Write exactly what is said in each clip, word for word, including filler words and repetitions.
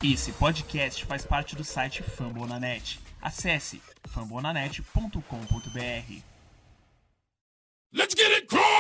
Esse podcast faz parte do site Fambonanet. Acesse fambonanet ponto com ponto b r. Let's get it crunk!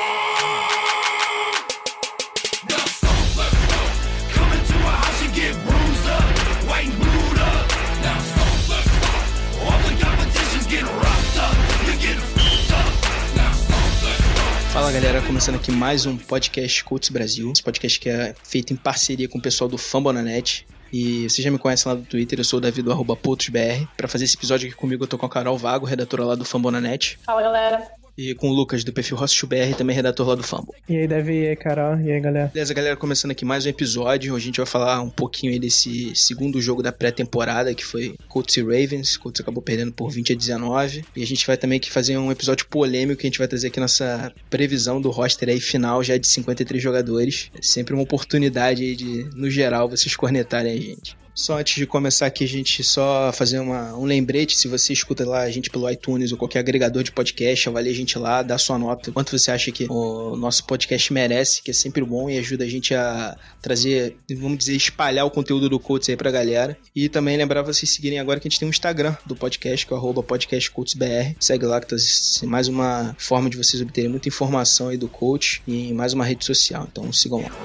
Now stop, let's go. Come into a house and get bruised up, white and blued up. Now stop, let's go. All the competitions get roughed up, you get f***ed up. Now stop, let's go. Fala galera, começando aqui mais um podcast Colts Brasil. Esse podcast que é feito em parceria com o pessoal do Fambonanet. E vocês já me conhecem lá do Twitter, eu sou o Davi do arroba PoutsBR. Pra fazer esse episódio aqui comigo eu tô com a Carol Vago, redatora lá do Fambonanet. Fala galera. E com o Lucas, do perfil RossBR, também redator lá do Fumble. E aí, Davi, e aí, Carol, e aí, galera. Beleza, galera, começando aqui mais um episódio. Hoje a gente vai falar um pouquinho aí desse segundo jogo da pré-temporada, que foi Colts e Ravens. Colts acabou perdendo por vinte a dezenove. E a gente vai também aqui fazer um episódio polêmico, que a gente vai trazer aqui nossa previsão do roster aí final, já de cinquenta e três jogadores. É sempre uma oportunidade aí de, no geral, vocês cornetarem a gente. Só antes de começar aqui, a gente só fazer uma, um lembrete. Se você escuta lá a gente pelo iTunes ou qualquer agregador de podcast, avalie a gente lá, dá sua nota, quanto você acha que o nosso podcast merece, que é sempre bom e ajuda a gente a trazer, vamos dizer, espalhar o conteúdo do Colts aí pra galera. E também lembrar vocês seguirem agora que a gente tem um Instagram do podcast, que é o arroba podcastcoltsbr. Segue lá que tá mais uma forma de vocês obterem muita informação aí do Colts e mais uma rede social. Então sigam lá.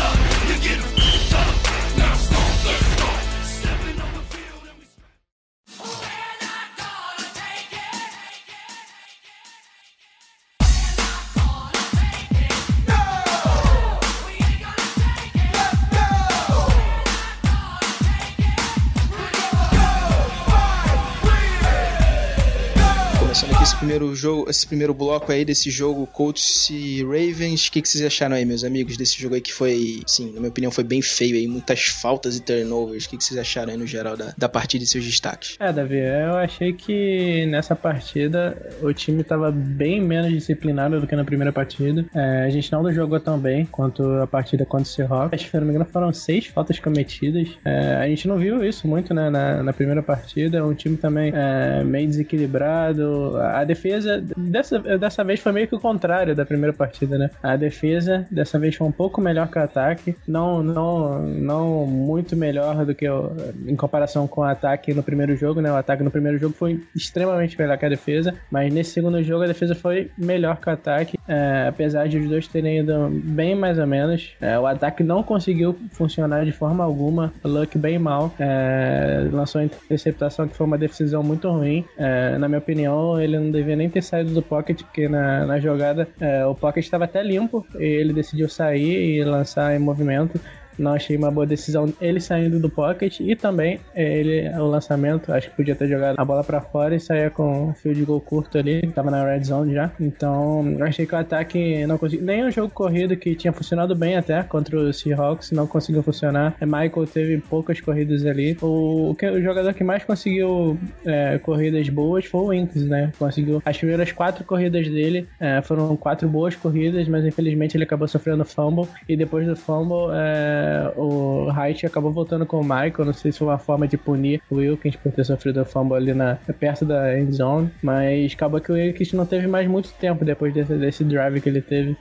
Primeiro jogo, esse primeiro bloco aí desse jogo Colts e Ravens, o que, que vocês acharam aí, meus amigos, desse jogo aí que foi, sim, na minha opinião foi bem feio aí, muitas faltas e turnovers. O que, que vocês acharam aí no geral da, da partida e seus destaques? É, Davi, eu achei que nessa partida o time tava bem menos disciplinado do que na primeira partida. É, a gente não jogou tão bem quanto a partida contra o Seahawks. Acho que, se não me engano, foram seis faltas cometidas. É, a gente não viu isso muito, né, na, na primeira partida. Um time também é, meio desequilibrado. A defesa, dessa, dessa vez foi meio que o contrário da primeira partida, né? A defesa, dessa vez, foi um pouco melhor que o ataque. Não, não, não muito melhor do que o, em comparação com o ataque no primeiro jogo, né? O ataque no primeiro jogo foi extremamente melhor que a defesa, mas nesse segundo jogo a defesa foi melhor que o ataque, é, apesar de os dois terem ido bem mais ou menos. É, o ataque não conseguiu funcionar de forma alguma, o Luck bem mal, é, lançou uma interceptação que foi uma decisão muito ruim. É, na minha opinião, ele não devia nem ter saído do pocket, porque na, na jogada é, o pocket estava até limpo e ele decidiu sair e lançar em movimento. Não achei uma boa decisão ele saindo do pocket e também ele, o lançamento, acho que podia ter jogado a bola pra fora e sair com um field goal curto ali, tava na red zone já. Então eu achei que o ataque não conseguiu, nem o jogo corrido que tinha funcionado bem até contra o Seahawks não conseguiu funcionar. O Michael teve poucas corridas ali. O, o, o jogador que mais conseguiu é, corridas boas foi o Winks, né? Conseguiu as primeiras quatro corridas dele, é, foram quatro boas corridas, mas infelizmente ele acabou sofrendo fumble e depois do fumble é, o Haidt acabou voltando com o Michael. Não sei se foi uma forma de punir o Wilkins por ter sofrido o fumble ali na, perto da end zone, mas acabou que o Wilkins não teve mais muito tempo depois desse, desse drive que ele teve.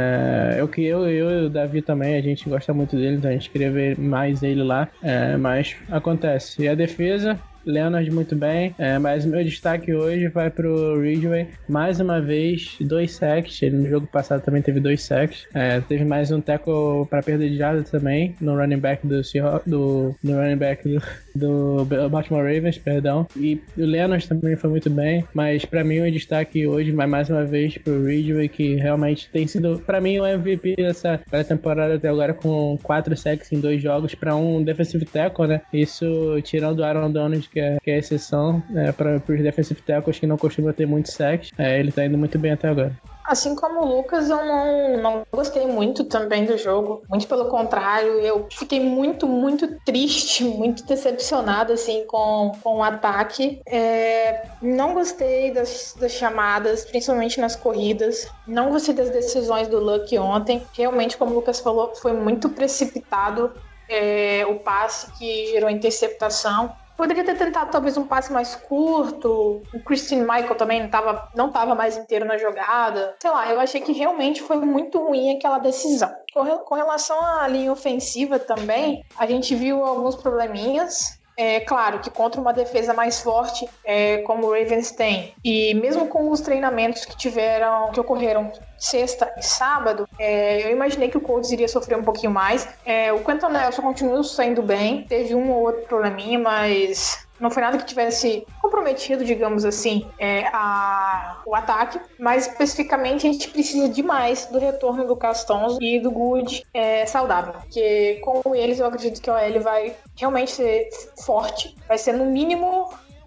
É, eu, eu, eu e o Davi também, a gente gosta muito dele, então a gente queria ver mais ele lá, é, mas acontece. E a defesa, Leonard muito bem, é, mas meu destaque hoje vai pro Ridgeway, mais uma vez, dois sacks. Ele no jogo passado também teve dois sacks, é, teve mais um tackle para perda de jarda também no running back do Seahawks, do, do running back do, do Baltimore Ravens, perdão, e o Leonard também foi muito bem, mas para mim o destaque hoje vai mais uma vez pro Ridgeway, que realmente tem sido para mim o M V P dessa pré-temporada até agora, com quatro sacks em dois jogos para um defensive tackle, né? Isso tirando o Aaron Donald, que é, que é a exceção, é, para os defensive tackles que não costumam ter muitos sacks. É, ele tá indo muito bem até agora. Assim como o Lucas, eu não, não gostei muito também do jogo. Muito pelo contrário, eu fiquei muito, muito triste, muito decepcionada assim, com, com o ataque. É, não gostei das, das chamadas, principalmente nas corridas. Não gostei das decisões do Luck ontem. Realmente, como o Lucas falou, foi muito precipitado é, o passe que gerou interceptação. Poderia ter tentado talvez um passe mais curto. O Christian Michael também não estava não tava mais inteiro na jogada. Sei lá, eu achei que realmente foi muito ruim aquela decisão. Com relação à linha ofensiva também, a gente viu alguns probleminhas. É claro que contra uma defesa mais forte, é, como o Ravens tem, e mesmo com os treinamentos que tiveram, que ocorreram sexta e sábado, é, eu imaginei que o Colts iria sofrer um pouquinho mais. É, o Quentin Nelson continua saindo bem, teve um ou outro probleminha, mas não foi nada que tivesse comprometido, digamos assim, é, a, o ataque. Mas especificamente a gente precisa demais do retorno do Castonzo e do Good é, saudável. Porque com eles eu acredito que a O L vai realmente ser forte, vai ser no mínimo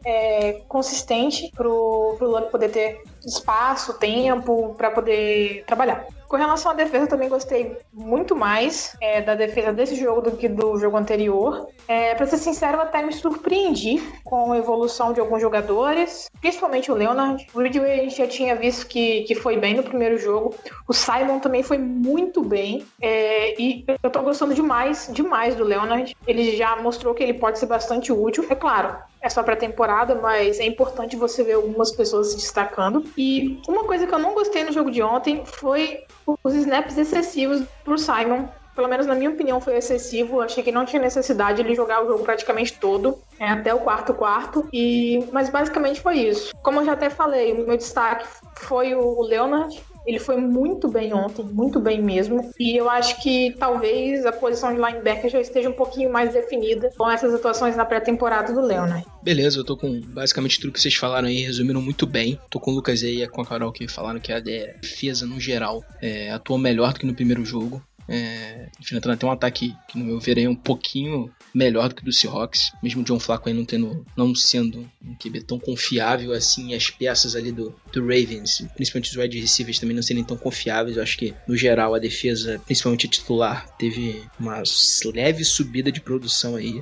é, consistente pro, pro Luck poder ter espaço, tempo para poder trabalhar. Com relação à defesa, eu também gostei muito mais é, da defesa desse jogo do que do jogo anterior. É, para ser sincero, eu até me surpreendi com a evolução de alguns jogadores, principalmente o Leonard. O Ridgway a gente já tinha visto que, que foi bem no primeiro jogo. O Simon também foi muito bem. É, e eu tô gostando demais, demais do Leonard. Ele já mostrou que ele pode ser bastante útil. É claro, é só pré-temporada, mas é importante você ver algumas pessoas se destacando. E uma coisa que eu não gostei no jogo de ontem foi os snaps excessivos pro Simon. Pelo menos na minha opinião foi excessivo. Achei que não tinha necessidade de ele jogar o jogo praticamente todo, é, até o quarto quarto. E, mas basicamente foi isso. Como eu já até falei, o meu destaque foi o Leonard. Ele foi muito bem ontem, muito bem mesmo. E eu acho que talvez a posição de linebacker já esteja um pouquinho mais definida com essas atuações na pré-temporada do Leonard. Beleza, eu tô com basicamente tudo que vocês falaram aí, resumiram muito bem. Tô com o Lucas aí e com a Carol que falaram que a defesa, no geral, é, atuou melhor do que no primeiro jogo. É, enfrentando até um ataque que, no meu ver, é um pouquinho melhor do que o do Seahawks, mesmo o John Flacco aí não, tendo, não sendo um Q B tão confiável assim, e as peças ali do, do Ravens, principalmente os wide receivers também não serem tão confiáveis. Eu acho que, no geral, a defesa, principalmente a titular, teve uma leve subida de produção aí.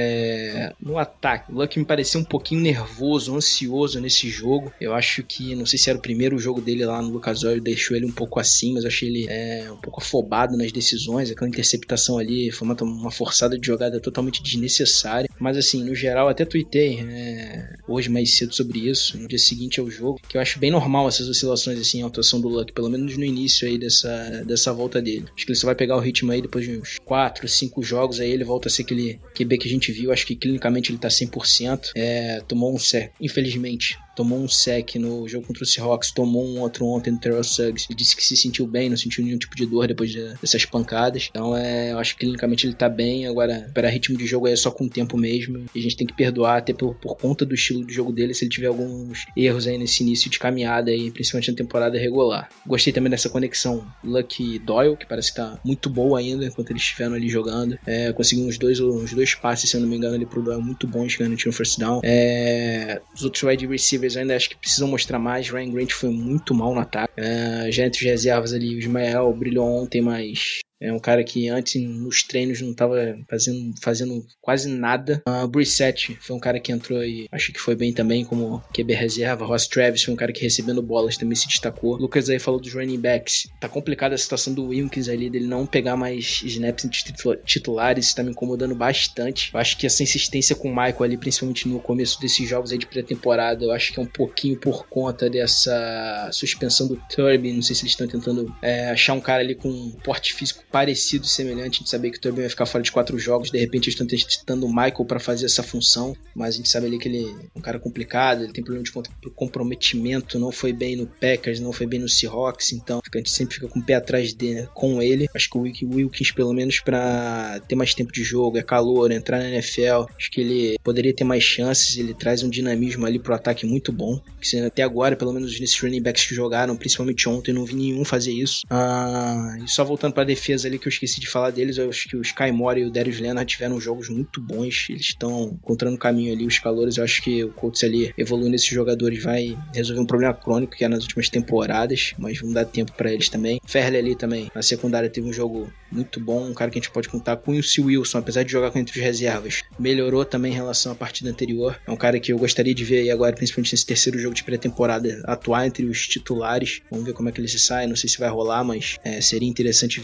É, no ataque, o Luck me pareceu um pouquinho nervoso, ansioso nesse jogo. Eu acho que, não sei se era o primeiro jogo dele lá no Lucas Oil, deixou ele um pouco assim, mas eu achei ele é, um pouco afobado nas decisões. Aquela interceptação ali foi uma, uma forçada de jogada totalmente desnecessária, mas assim, no geral, até tuitei é, hoje mais cedo sobre isso, no dia seguinte ao jogo, que eu acho bem normal essas oscilações assim, a atuação do Luck, pelo menos no início aí dessa, dessa volta dele. Acho que ele só vai pegar o ritmo aí depois de uns quatro, cinco jogos, aí ele volta a ser aquele Q B que a gente viu. Acho que clinicamente ele tá cem por cento, é, tomou um sec, infelizmente tomou um sec no jogo contra o Seahawks, tomou um outro ontem no Terrell Suggs. Ele disse que se sentiu bem, não sentiu nenhum tipo de dor depois de, dessas pancadas. Então, é, eu acho que clinicamente ele tá bem. Agora, para ritmo de jogo é só com o tempo mesmo. E a gente tem que perdoar até por, por conta do estilo de jogo dele, se ele tiver alguns erros aí nesse início de caminhada, aí, principalmente na temporada regular. Gostei também dessa conexão Luck e Doyle, que parece que tá muito boa ainda enquanto eles estiveram ali jogando. É, conseguiu uns dois, uns dois passes, se eu não me engano, ali pro Doyle muito bons, garantindo um first down. É, os outros wide receivers ainda acho que precisam mostrar mais. Ryan Grant foi muito mal no ataque. É, já entre os reservas ali, o Ismael brilhou ontem, mas é um cara que antes nos treinos não estava fazendo, fazendo quase nada. O uh, Brissett foi um cara que entrou e acho que foi bem também como Q B reserva. Ross Travis foi um cara que recebendo bolas também se destacou. O Lucas aí falou dos running backs. Tá complicada a situação do Wilkins ali, dele não pegar mais snaps titulares. Isso tá me incomodando bastante. Eu acho que essa insistência com o Michael ali, principalmente no começo desses jogos aí de pré-temporada, eu acho que é um pouquinho por conta dessa suspensão do Turbin. Não sei se eles estão tentando é, achar um cara ali com um porte físico parecido, semelhante, de saber que o Turbin vai ficar fora de quatro jogos, de repente eles estão testando o Michael para fazer essa função, mas a gente sabe ali que ele é um cara complicado, ele tem problema de comprometimento, não foi bem no Packers, não foi bem no Seahawks, então a gente sempre fica com o pé atrás dele, com ele. Acho que o Wilkins, pelo menos para ter mais tempo de jogo, é calor, entrar na N F L, acho que ele poderia ter mais chances, ele traz um dinamismo ali pro ataque muito bom, que até agora, pelo menos nesses running backs que jogaram, principalmente ontem, não vi nenhum fazer isso. Ah, e só voltando pra defesa ali, que eu esqueci de falar deles, eu acho que o Sky Moore e o Darius Leonard tiveram jogos muito bons, eles estão encontrando caminho ali, os calores. Eu acho que o Colts ali, evoluindo esses jogadores, vai resolver um problema crônico que é nas últimas temporadas, mas vão dar tempo pra eles também. Ferley ali também, na secundária, teve um jogo muito bom, um cara que a gente pode contar com o C. Wilson, apesar de jogar com entre os reservas, melhorou também em relação à partida anterior, é um cara que eu gostaria de ver aí agora, principalmente nesse terceiro jogo de pré-temporada, atuar entre os titulares. Vamos ver como é que ele se sai, não sei se vai rolar, mas é, seria interessante ver ele aí.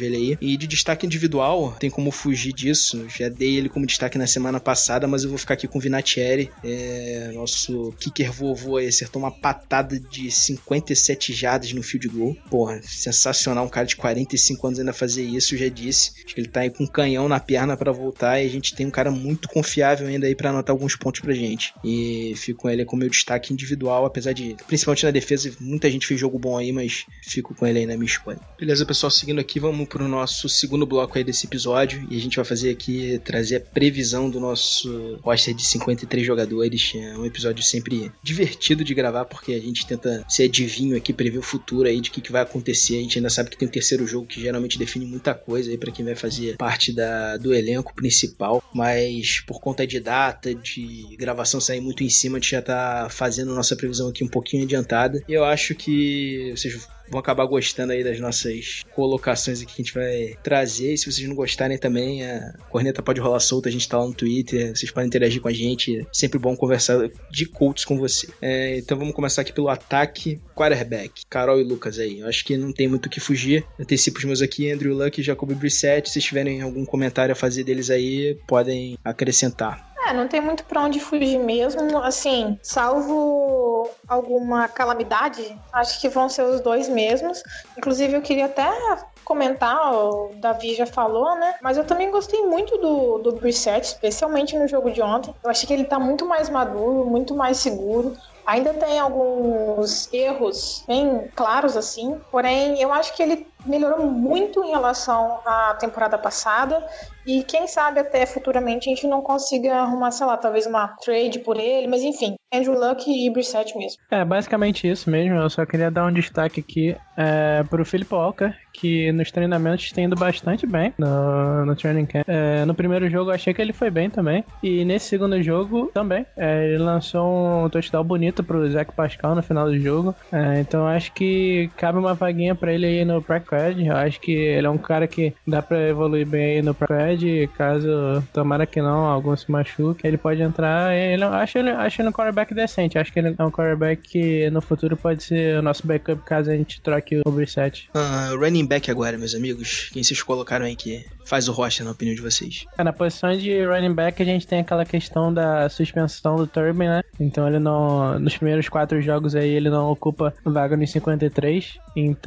E de destaque individual, tem como fugir disso. Já dei ele como destaque na semana passada, mas eu vou ficar aqui com o Vinatieri. É, nosso kicker vovô aí acertou uma patada de cinquenta e sete jardas no field goal. Porra, sensacional. Um cara de quarenta e cinco anos ainda fazer isso, eu já disse. Acho que ele tá aí com um canhão na perna pra voltar e a gente tem um cara muito confiável ainda aí pra anotar alguns pontos pra gente. E fico com ele como meu destaque individual, apesar de, principalmente na defesa, muita gente fez jogo bom aí, mas fico com ele aí na minha escolha. Beleza, pessoal, seguindo aqui, vamos pro nosso segundo bloco aí desse episódio e a gente vai fazer aqui, trazer a previsão do nosso roster de cinquenta e três jogadores. É um episódio sempre divertido de gravar, porque a gente tenta ser adivinho aqui, prever o futuro aí de o que, que vai acontecer. A gente ainda sabe que tem o terceiro jogo que geralmente define muita coisa aí pra quem vai fazer parte da, do elenco principal, mas por conta de data, de gravação sair muito em cima, a gente já tá fazendo nossa previsão aqui um pouquinho adiantada. E eu acho que vocês vão acabar gostando aí das nossas colocações aqui que a gente vai trazer. E se vocês não gostarem também, a corneta pode rolar solta, a gente tá lá no Twitter, vocês podem interagir com a gente. É sempre bom conversar de Colts com você. É, então vamos começar aqui pelo ataque. Quarterback, Carol e Lucas aí. Eu acho que não tem muito o que fugir. Antecipo os meus aqui, Andrew Luck e Jacoby Brissett. Se vocês tiverem algum comentário a fazer deles aí, podem acrescentar. É, não tem muito pra onde fugir mesmo, assim, salvo alguma calamidade, acho que vão ser os dois mesmos. Inclusive, eu queria até comentar, o Davi já falou, né? Mas eu também gostei muito do, do Brissett, especialmente no jogo de ontem. Eu achei que ele tá muito mais maduro, muito mais seguro. Ainda tem alguns erros bem claros, assim, porém eu acho que ele melhorou muito em relação à temporada passada e quem sabe até futuramente a gente não consiga arrumar, sei lá, talvez uma trade por ele, mas enfim, Andrew Luck e Brissett mesmo. É, basicamente isso mesmo. Eu só queria dar um destaque aqui é, pro Philip Walker, que nos treinamentos tem ido bastante bem no, no training camp. É, no primeiro jogo eu achei que ele foi bem também, e nesse segundo jogo também. É, ele lançou um touchdown bonito pro Zach Pascal no final do jogo, é, então eu acho que cabe uma vaguinha pra ele aí no practice. Eu acho que ele é um cara que dá pra evoluir bem aí no practice, caso, tomara que não, algum se machuque, ele pode entrar. Ele, eu acho ele, acho ele um quarterback decente, acho que ele é um quarterback que no futuro pode ser o nosso backup caso a gente troque o Brissett. Uh, running back agora, meus amigos, quem vocês colocaram aí que faz o roster na opinião de vocês? É, na posição de running back a gente tem aquela questão da suspensão do Turbin, né? Então ele não, nos primeiros quatro jogos aí ele não ocupa vaga nos cinquenta e três,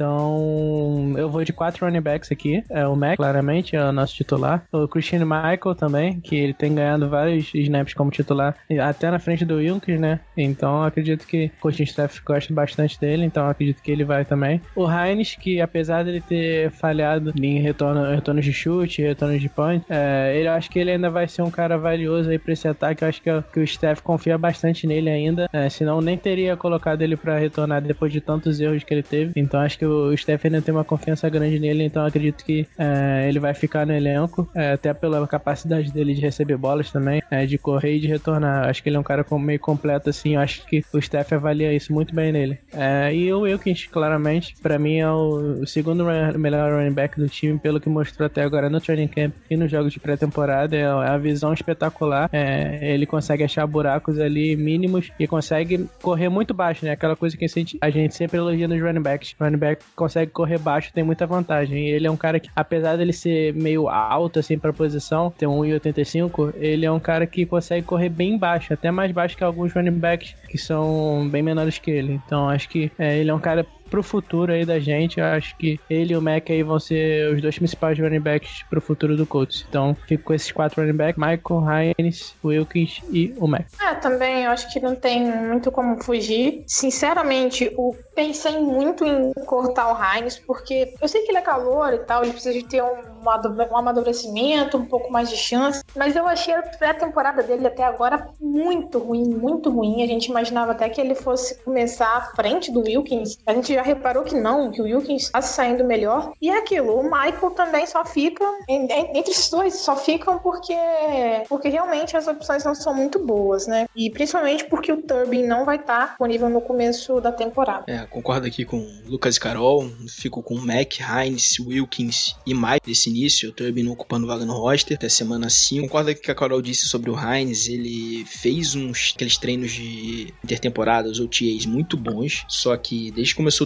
então eu vou de quatro running backs aqui. É o Mac, claramente, é o nosso titular. O Christian Michael também, que ele tem ganhado vários snaps como titular, até na frente do Wilkins, né? Então acredito que o coaching staff gosta bastante dele, então acredito que ele vai também. O Hines, que apesar dele ter falhado em retorno, retornos de chute, retornos de punch, é, ele, eu acho que ele ainda vai ser um cara valioso aí pra esse ataque. Eu acho que, que o staff confia bastante nele ainda, é, senão nem teria colocado ele pra retornar depois de tantos erros que ele teve. Então acho que o staff ainda tem uma confiança grande nele, então acredito que é, ele vai ficar no elenco, é, até pela capacidade dele de receber bolas também, é, de correr e de retornar. Acho que ele é um cara meio completo assim, eu acho que o staff avalia isso muito bem nele. É, e o Wilkins, claramente, pra mim é o, o segundo melhor running back do time, pelo que mostrou até agora no training camp e nos jogos de pré-temporada. É a visão espetacular, é, ele consegue achar buracos ali mínimos e consegue correr muito baixo, né? Aquela coisa que a gente, a gente sempre elogia nos running backs. O running back consegue correr baixo, tem muita vantagem. E ele é um cara que, apesar dele ser meio alto assim pra posição, tem um um e oitenta e cinco, ele é um cara que consegue correr bem baixo, até mais baixo que alguns running backs que são bem menores que ele. Então acho que é, ele é um cara pro futuro aí da gente. Eu acho que ele e o Mac aí vão ser os dois principais running backs pro futuro do Colts. Então fico com esses quatro running backs: Michael, Hines, Wilkins e o Mac. É, também eu acho que não tem muito como fugir. Sinceramente, eu pensei muito em cortar o Hines, porque eu sei que ele é calor e tal, ele precisa de ter um, um amadurecimento, um pouco mais de chance, mas eu achei a pré-temporada dele até agora muito ruim, muito ruim. A gente imaginava até que ele fosse começar à frente do Wilkins. A gente já reparou que não, que o Wilkins está saindo melhor. E é aquilo, o Michael também só fica, entre esses dois, só ficam porque, porque realmente as opções não são muito boas, né? E principalmente porque o Turbin não vai estar disponível no começo da temporada. É, concordo aqui com Lucas e Carol. Fico com Mac, Hines, Wilkins e Mike desse início. O Turbin não ocupando vaga no roster até semana cinco. Concordo aqui com o que a Carol disse sobre o Hines. Ele fez uns aqueles treinos de intertemporada, os O T As muito bons, só que desde que começou o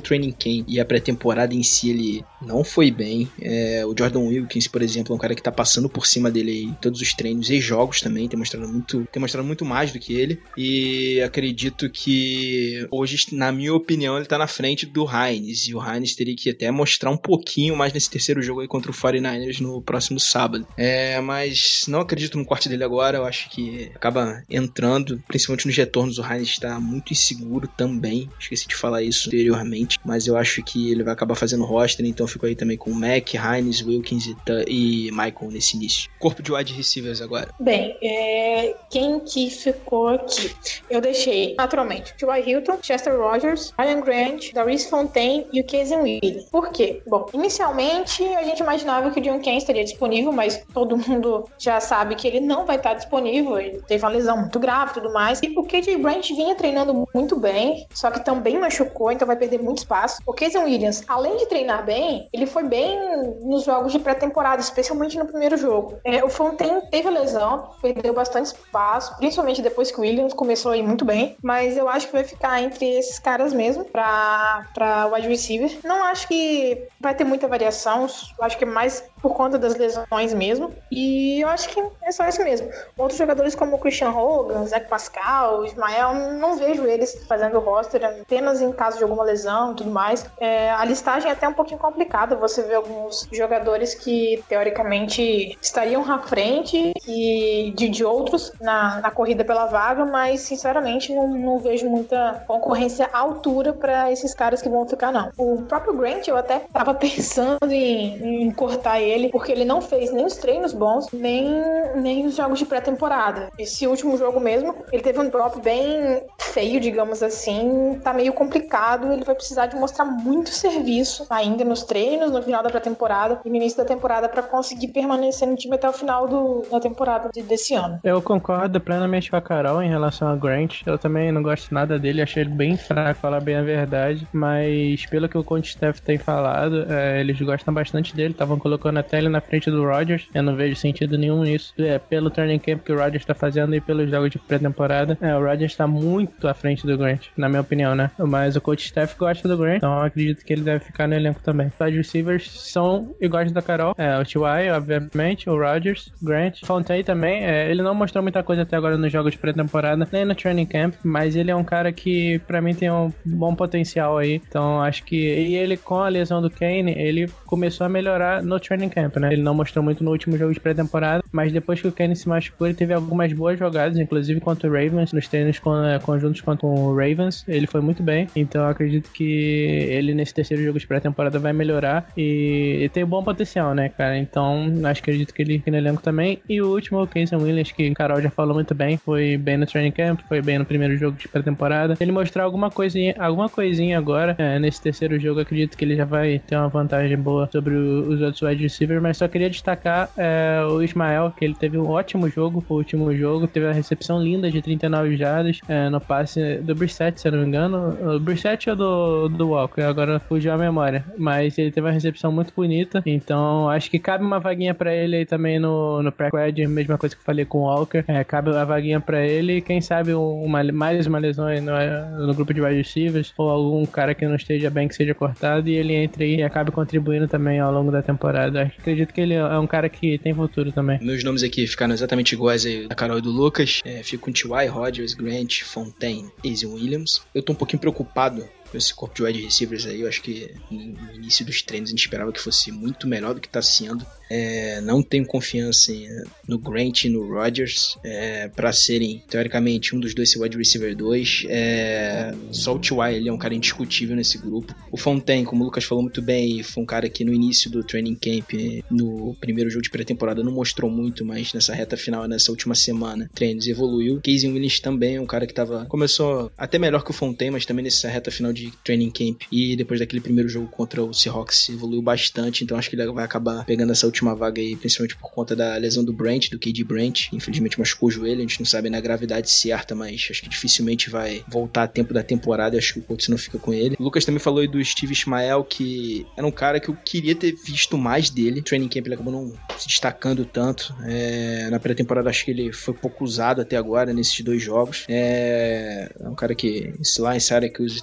training camp e a pré-temporada em si ele não foi bem. É, o Jordan Wilkins, por exemplo, é um cara que tá passando por cima dele em todos os treinos e jogos também, tem mostrado muito, tem mostrado muito mais do que ele, e acredito que hoje, na minha opinião, ele tá na frente do Hines, e o Hines teria que até mostrar um pouquinho mais nesse terceiro jogo aí contra o quarenta e nine ers no próximo sábado. É, mas não acredito no corte dele agora, eu acho que acaba entrando, principalmente nos retornos. O Hines está muito inseguro também, esqueci de falar isso anteriormente, mas eu acho que ele vai acabar fazendo roster, então eu fico aí também com o Mack, Hines, Wilkins e, e Michael nesse início. Corpo de wide receivers agora. Bem, é... quem que ficou aqui? Eu deixei, naturalmente, T Y. Hilton, Chester Rogers, Ryan Grant, Darius Fontaine e o Casey Williams. Por quê? Bom, inicialmente a gente imaginava que o John Kane estaria disponível, mas todo mundo já sabe que ele não vai estar disponível, ele teve uma lesão muito grave e tudo mais. E o K J Branch vinha treinando muito bem, só que também machucou, então vai perder muito espaço. O Casey Williams, além de treinar bem, ele foi bem nos jogos de pré-temporada, especialmente no primeiro jogo. É, o Fontaine teve a lesão, perdeu bastante espaço, principalmente depois que o Williams começou a ir muito bem, mas eu acho que vai ficar entre esses caras mesmo pra, pra wide receiver. Não acho que vai ter muita variação, eu acho que é mais por conta das lesões mesmo, e eu acho que é só isso mesmo. Outros jogadores como o Christian Hogan, Zach Pascal, Ismael, não vejo eles fazendo roster apenas em caso de alguma lesão e tudo mais. É, a listagem é até um pouquinho complicada, você vê alguns jogadores que teoricamente estariam à frente e de, de outros na, na corrida pela vaga, mas sinceramente não, não vejo muita concorrência à altura para esses caras que vão ficar, não. O próprio Grant, eu até tava pensando em, em cortar ele, porque ele não fez nem os treinos bons, nem, nem os jogos de pré-temporada. Esse último jogo mesmo, ele teve um drop bem feio, digamos assim, tá meio complicado, ele vai precisar de mostrar muito serviço ainda nos treinos, no final da pré-temporada e no início da temporada para conseguir permanecer no time até o final do, da temporada de, desse ano. Eu concordo plenamente com a Carol em relação a Grant, eu também não gosto nada dele, achei ele bem fraco, falar bem a verdade, mas pelo que o coach staff tem falado, é, eles gostam bastante dele, estavam colocando até ele na frente do Rodgers, eu não vejo sentido nenhum nisso, é, pelo training camp que o Rodgers tá fazendo e pelos jogos de pré-temporada, é, o Rodgers tá muito à frente do Grant, na minha opinião, né, mas o coach staff gosta do Grant, então eu acredito que ele deve ficar no elenco também. Os wide receivers são iguais da Carol, é, o T Y, obviamente, o Rodgers, Grant, Fontaine também, é, ele não mostrou muita coisa até agora nos jogos de pré-temporada, nem no training camp, mas ele é um cara que pra mim tem um bom potencial aí, então acho que, e ele com a lesão do Kane, ele começou a melhorar no training camp, né, ele não mostrou muito no último jogo de pré-temporada, mas depois que o Kane se machucou, ele teve algumas boas jogadas, inclusive contra o Ravens, nos treinos com, é, conjuntos contra o Ravens, ele foi muito bem, então eu acredito que ele nesse terceiro jogo de pré-temporada vai melhorar e, e tem um bom potencial, né, cara, então acho que acredito que ele fique no elenco também. E o último, o Casey Williams, que o Carol já falou muito bem, foi bem no training camp, foi bem no primeiro jogo de pré-temporada, ele mostrar alguma coisinha, alguma coisinha agora, é, nesse terceiro jogo, acredito que ele já vai ter uma vantagem boa sobre o, os outros wide receivers, mas só queria destacar é, o Ismael, que ele teve um ótimo jogo, o último jogo, teve uma recepção linda de trinta e nove jardas é, no passe do Brissett, se eu não me engano, o Brissett ou do, do Walker, agora fugiu a memória, mas ele teve uma recepção muito bonita, então acho que cabe uma vaguinha pra ele aí também no, no pré-quad, mesma coisa que eu falei com o Walker, é, cabe uma vaguinha pra ele, quem sabe uma, mais uma lesão aí no, no grupo de wide receivers, ou algum cara que não esteja bem que seja cortado e ele entre aí e acabe contribuindo também ao longo da temporada. Acredito que ele é um cara que tem futuro também. Meus nomes aqui ficaram exatamente iguais aí da Carol e do Lucas, é, fico com T Y, Rodgers, Grant, Fontaine, Casey Williams. Eu tô um pouquinho preocupado com esse corpo de wide receivers aí, eu acho que no início dos treinos a gente esperava que fosse muito melhor do que tá sendo. É, não tenho confiança em, no Grant e no Rodgers é, para serem, teoricamente, um dos dois ser wide receiver dois. É, só o T Y, ele é um cara indiscutível nesse grupo. O Fontaine, como o Lucas falou muito bem, foi um cara que no início do training camp, no primeiro jogo de pré-temporada, não mostrou muito, mas nessa reta final, nessa última semana, treinos evoluiu. Casey Williams também é um cara que tava, começou até melhor que o Fontaine, mas também nessa reta final de training camp e depois daquele primeiro jogo contra o Seahawks evoluiu bastante, então acho que ele vai acabar pegando essa última vaga aí, principalmente por conta da lesão do Branch, do K J Branch, infelizmente machucou o joelho, a gente não sabe na gravidade certa, mas acho que dificilmente vai voltar a tempo da temporada, acho que o Colts não fica com ele. O Lucas também falou aí do Steve Ismael, que era um cara que eu queria ter visto mais dele, no training camp ele acabou não se destacando tanto, é, na pré-temporada acho que ele foi pouco usado até agora nesses dois jogos, é, é um cara que lá em Syracuse até bateu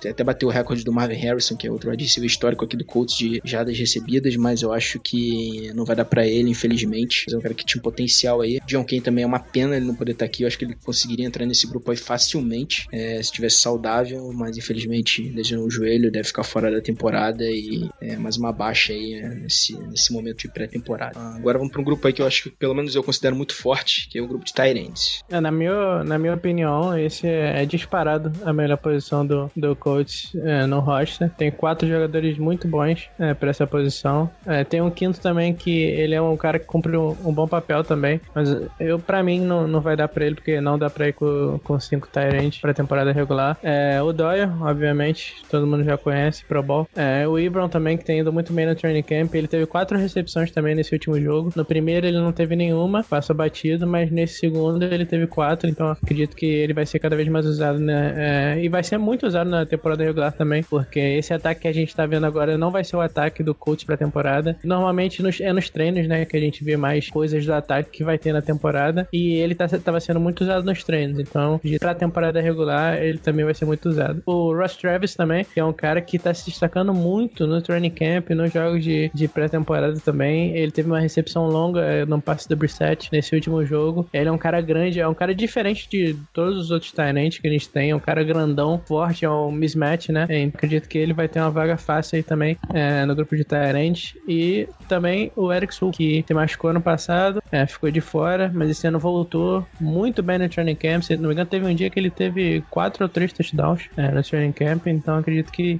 recorde do Marvin Harrison, que é outro wide receiver histórico aqui do Colts de jardas recebidas, mas eu acho que não vai dar pra ele, infelizmente. Mas é um cara que tinha um potencial aí. John Kane também é uma pena ele não poder estar aqui. Eu acho que ele conseguiria entrar nesse grupo aí facilmente, é, se tivesse saudável, mas infelizmente lesionou o joelho, deve ficar fora da temporada e é mais uma baixa aí, né, nesse, nesse momento de pré-temporada. Agora vamos para um grupo aí que eu acho que pelo menos eu considero muito forte, que é o grupo de tight ends. É, na, minha, na minha opinião, esse é, é disparado a melhor posição do, do Colts é, no roster. Tem quatro jogadores muito bons é, para essa posição. É, tem um quinto também que ele é um cara que cumpre um, um bom papel também, mas eu, pra mim não, não vai dar pra ele, porque não dá pra ir com, com cinco tight ends pra temporada regular. É, o Doyle, obviamente, todo mundo já conhece, Pro Bowl. É, o Ebron também, que tem ido muito bem no training camp. Ele teve quatro recepções também nesse último jogo. No primeiro ele não teve nenhuma, passou batido, mas nesse segundo ele teve quatro, então acredito que ele vai ser cada vez mais usado, né? É, e vai ser muito usado na temporada regular também, porque esse ataque que a gente tá vendo agora não vai ser o ataque do Colts pra temporada. Normalmente nos, é nos treinos, né, que a gente vê mais coisas do ataque que vai ter na temporada, e ele tá, tava sendo muito usado nos treinos, então pra temporada regular ele também vai ser muito usado. O Ross Travis também, que é um cara que tá se destacando muito no training camp, nos jogos de, de pré-temporada também. Ele teve uma recepção longa é, no passe do Brissett nesse último jogo. Ele é um cara grande, é um cara diferente de todos os outros tight ends que a gente tem, é um cara grandão, forte, é um mismatch, né? Eu acredito que ele vai ter uma vaga fácil aí também é, no grupo de tight ends. E também o Eric Sul, que se machucou ano passado, é, ficou de fora, mas esse ano voltou muito bem no training camp. Se não me engano, teve um dia que ele teve quatro ou três touchdowns é, no training camp, então acredito que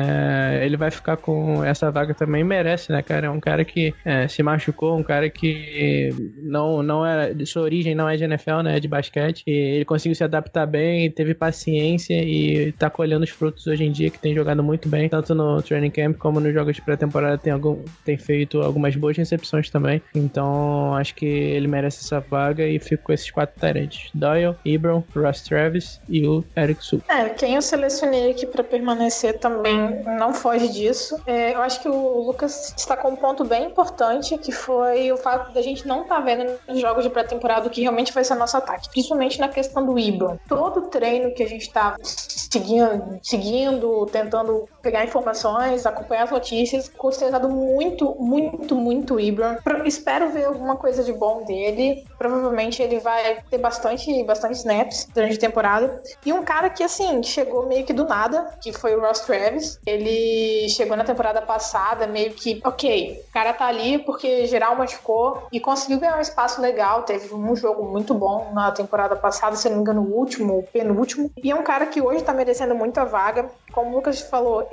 é, ele vai ficar com essa vaga também, merece, né, cara? É um cara que é, se machucou, um cara que não, não é, de sua origem não é de N F L, né, é de basquete, e ele conseguiu se adaptar bem, teve paciência e tá colhendo os frutos hoje em dia, que tem jogado muito bem, tanto no training camp como nos jogos de pré-temporada, tem, algum, tem feito algumas boas recepções também, então acho que ele merece essa vaga e fico com esses quatro tight ends: Doyle, Ebron, Ross Travis e o Eric Sul. É, quem eu selecionei aqui pra permanecer também não foge disso. É, eu acho que o Lucas destacou um ponto bem importante, que foi o fato da gente não estar tá vendo nos jogos de pré-temporada o que realmente vai ser nosso ataque, principalmente na questão do Ebron. Todo treino que a gente tá seguindo, seguindo, tentando pegar informações, acompanhar as notícias, considerado muito, muito, muito Ebron. Espero ver alguma coisa de bom dele. Provavelmente ele vai ter bastante, bastante snaps durante a temporada. E um cara que, assim, chegou meio que do nada, que foi o Ross Travis. Ele chegou na temporada passada meio que, ok, o cara tá ali porque geral machucou e conseguiu ganhar um espaço legal. Teve um jogo muito bom na temporada passada, se não me engano, o último, o penúltimo. E é um cara que hoje tá merecendo muito a vaga. Como o Lucas falou,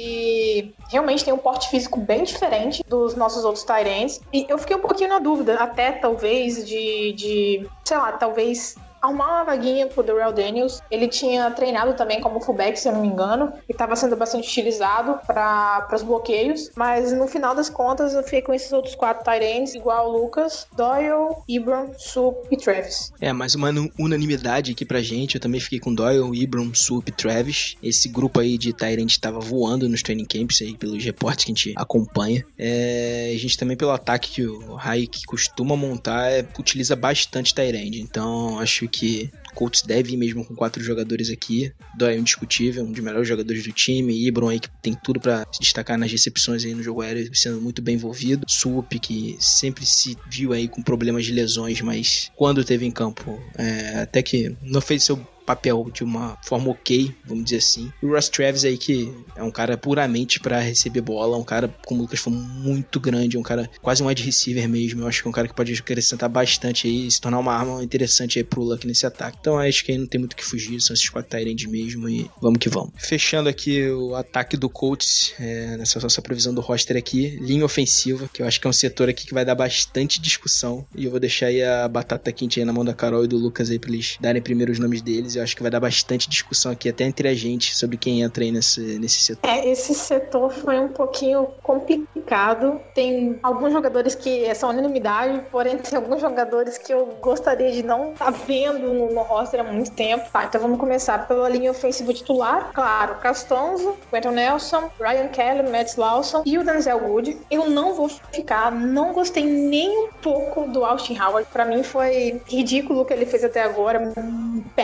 ele realmente tem um porte físico bem diferente dos nossos outros tight ends. E eu fiquei um pouquinho na dúvida, até talvez de, de sei lá, talvez arrumar uma vaguinha pro Darrell Daniels. Ele tinha treinado também como fullback, se eu não me engano, e estava sendo bastante utilizado para os bloqueios, mas no final das contas eu fiquei com esses outros quatro tight ends, igual o Lucas: Doyle, Ebron, Sup e Travis. É, mais uma unanimidade aqui pra gente. Eu também fiquei com Doyle, Ebron, Sup e Travis. Esse grupo aí de tight end estava voando nos training camps aí, pelos reportes que a gente acompanha. É, a gente também, pelo ataque que o Hayek costuma montar, é, utiliza bastante tight end, então acho que o Colts deve ir mesmo com quatro jogadores aqui. Doyle é indiscutível, um dos melhores jogadores do time. Ebron aí que tem tudo pra se destacar nas recepções aí no jogo aéreo, sendo muito bem envolvido. Sup, que sempre se viu aí com problemas de lesões, mas quando teve em campo, é, até que não fez seu papel de uma forma ok, vamos dizer assim. E o Ross Travis aí, que é um cara puramente pra receber bola, um cara, como o Lucas falou, muito grande, um cara quase um wide receiver mesmo. Eu acho que é um cara que pode acrescentar bastante aí, se tornar uma arma interessante aí pro Luck nesse ataque. Então acho que aí não tem muito o que fugir, são esses quatro tight ends mesmo e vamos que vamos. Fechando aqui o ataque do Colts, é, nessa nossa previsão do roster aqui, linha ofensiva, que eu acho que é um setor aqui que vai dar bastante discussão, e eu vou deixar aí a batata quente aí na mão da Carol e do Lucas aí pra eles darem primeiro os nomes deles. Eu acho que vai dar bastante discussão aqui, até entre a gente, sobre quem entra aí nesse, nesse setor. É, esse setor foi um pouquinho complicado. Tem alguns jogadores que são unanimidade, porém tem alguns jogadores que eu gostaria de não estar tá vendo no, no roster há muito tempo. Tá, então vamos começar pela linha ofensiva titular. Claro, Castonzo, Quentin Nelson, Ryan Kelly, Matt Lawson e o Denzel Wood. Eu não vou ficar, não gostei nem um pouco do Austin Howard. Pra mim foi ridículo o que ele fez até agora, um péssimo.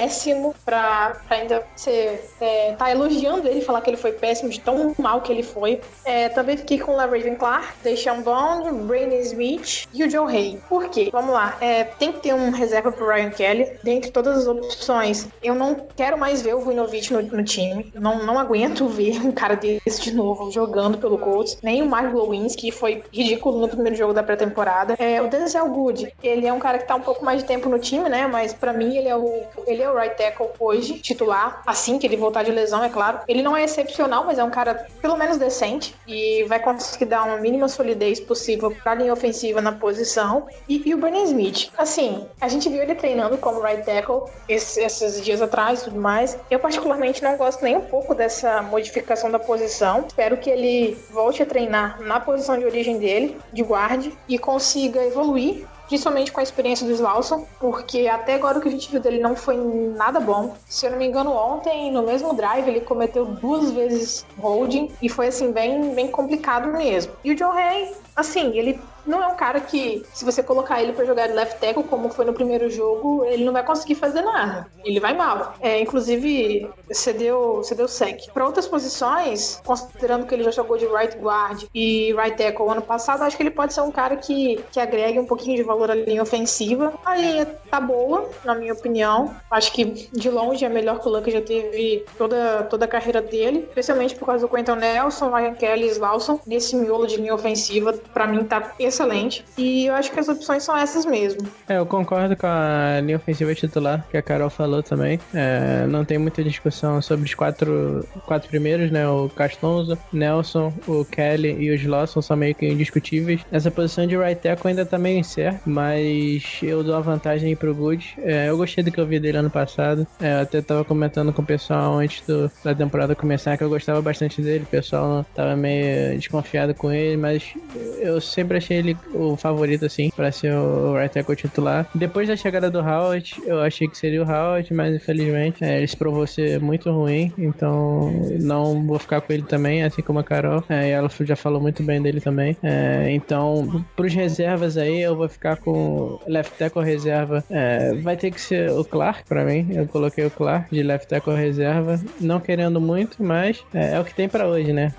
péssimo pra, pra ainda ser, é, tá elogiando ele, falar que ele foi péssimo, de tão mal que ele foi. É, também fiquei com o LaRaven Clark, Deshaun Bond, Brandon Smith e o Joe Hay. Por quê? Vamos lá, é, tem que ter um reserva pro Ryan Kelly. Dentre todas as opções, eu não quero mais ver o Voinovich no, no time. Não, não aguento ver um cara desse de novo jogando pelo Colts. Nem o Mark Lewinsky, que foi ridículo no primeiro jogo da pré-temporada. É, o Denzel Good, ele é um cara que tá um pouco mais de tempo no time, né? Mas pra mim ele é o, ele é o right tackle hoje, titular, assim que ele voltar de lesão, é claro. Ele não é excepcional, mas é um cara pelo menos decente e vai conseguir dar uma mínima solidez possível pra linha ofensiva na posição. E, e o Brandon Smith, assim, a gente viu ele treinando como right tackle esses, esses dias atrás e tudo mais. Eu particularmente não gosto nem um pouco dessa modificação da posição. Espero que ele volte a treinar na posição de origem dele, de guarde, e consiga evoluir, principalmente com a experiência do Slauson, porque até agora o que a gente viu dele não foi nada bom. Se eu não me engano, ontem, no mesmo drive, ele cometeu duas vezes holding, e foi assim, bem, bem complicado mesmo. E o Joe Hay, assim, ele não é um cara que, se você colocar ele pra jogar de left tackle, como foi no primeiro jogo, ele não vai conseguir fazer nada. Ele vai mal. É, inclusive, cedeu, cedeu sec. Para outras posições, considerando que ele já jogou de right guard e right tackle ano passado, acho que ele pode ser um cara que, que agregue um pouquinho de valor à linha ofensiva. A linha tá boa, na minha opinião. Acho que, de longe, é melhor que o Luck já teve toda, toda a carreira dele, especialmente por causa do Quentin Nelson, Ryan Kelly e Slauson. Nesse miolo de linha ofensiva, pra mim, tá excelente. E eu acho que as opções são essas mesmo. É, eu concordo com a linha ofensiva titular, que a Carol falou também. É, não tem muita discussão sobre os quatro, quatro primeiros, né? O Castonzo, Nelson, o Kelly e o Slauson são meio que indiscutíveis. Essa posição de right tackle ainda tá meio incerta, mas eu dou a vantagem aí pro Good. É, eu gostei do que eu vi dele ano passado. É, eu até tava comentando com o pessoal antes do, da temporada começar que eu gostava bastante dele. O pessoal tava meio desconfiado com ele, mas eu sempre achei ele o favorito, assim, pra ser o right tackle titular. Depois da chegada do Howard, eu achei que seria o Howard, mas infelizmente é, ele se provou ser muito ruim, então não vou ficar com ele também, assim como a Carol. É, e ela já falou muito bem dele também. É, então, pros reservas aí, eu vou ficar com left tackle reserva. É, vai ter que ser o Clark pra mim. Eu coloquei o Clark de left tackle reserva, não querendo muito, mas é, é o que tem pra hoje, né?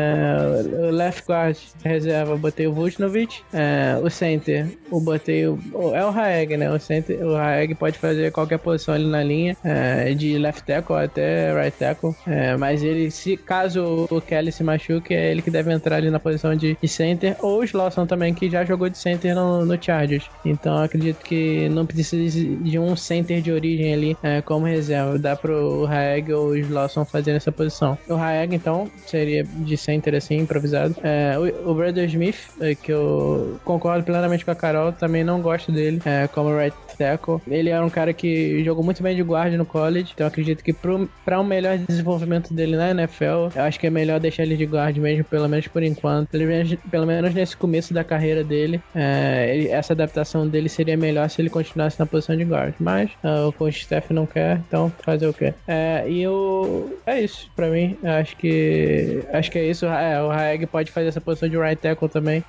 É, o left guard reserva, botei o Vučinović. É, o center, eu botei o, é o Haeg, né? O center, o Haeg pode fazer qualquer posição ali na linha, é, de left tackle até right tackle, é, mas ele, se caso o Kelly se machuque, é ele que deve entrar ali na posição de, de center, ou o Slauson também, que já jogou de center no, no Chargers. Então eu acredito que não precisa de um center de origem ali, é, como reserva. Dá pro Haeg ou o Slauson fazer nessa posição. O Haeg, então, seria de center assim, improvisado. É, o, o Brandon Smith, é, que eu concordo plenamente com a Carol, também não gosto dele é, como right tackle. Ele era um cara que jogou muito bem de guarda no college, então eu acredito que para um melhor desenvolvimento dele na N F L, eu acho que é melhor deixar ele de guard mesmo, pelo menos por enquanto, pelo menos, pelo menos nesse começo da carreira dele. É, ele, essa adaptação dele seria melhor se ele continuasse na posição de guard, mas uh, o coach Steph não quer, então fazer o quê? É, e eu, é isso pra mim, eu acho que acho que é isso. É, o Haeg pode fazer essa posição de right tackle também,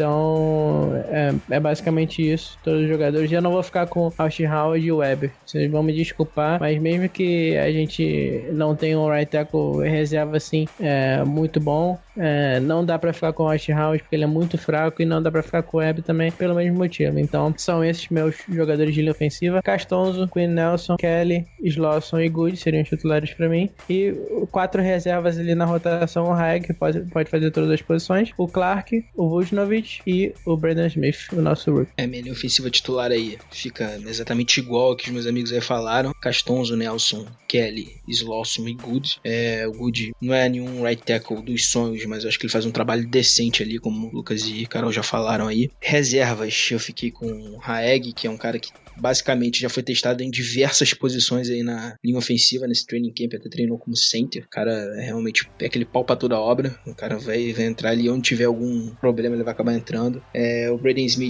então é, é basicamente isso. Todos os jogadores, já não vou ficar com Austin Howard e o Weber, vocês vão me desculpar, mas mesmo que a gente não tenha um right tackle reserva assim é, muito bom, é, não dá pra ficar com o Austin Howard porque ele é muito fraco, e não dá pra ficar com o Weber também pelo mesmo motivo. Então são esses meus jogadores de linha ofensiva: Castonzo, Quinn Nelson, Kelly, Slauson e Good seriam os titulares pra mim, e quatro reservas ali na rotação: o Haeg, que pode, pode fazer todas as posições, o Clark, o Vučinović e o Brandon Smith, o nosso rookie. É, minha linha ofensiva titular aí fica exatamente igual ao que os meus amigos aí falaram: Castonzo, Nelson, Kelly, Slauson e Good. É, o Good não é nenhum right tackle dos sonhos, mas eu acho que ele faz um trabalho decente ali, como o Lucas e Carol já falaram aí. Reservas, eu fiquei com o Haeg, que é um cara que basicamente já foi testado em diversas posições aí na linha ofensiva, nesse training camp, até treinou como center. O cara é realmente é aquele pau pra toda obra. O cara vai, vai entrar ali onde tiver algum problema, ele vai acabar entrando. É, o Brandon Smith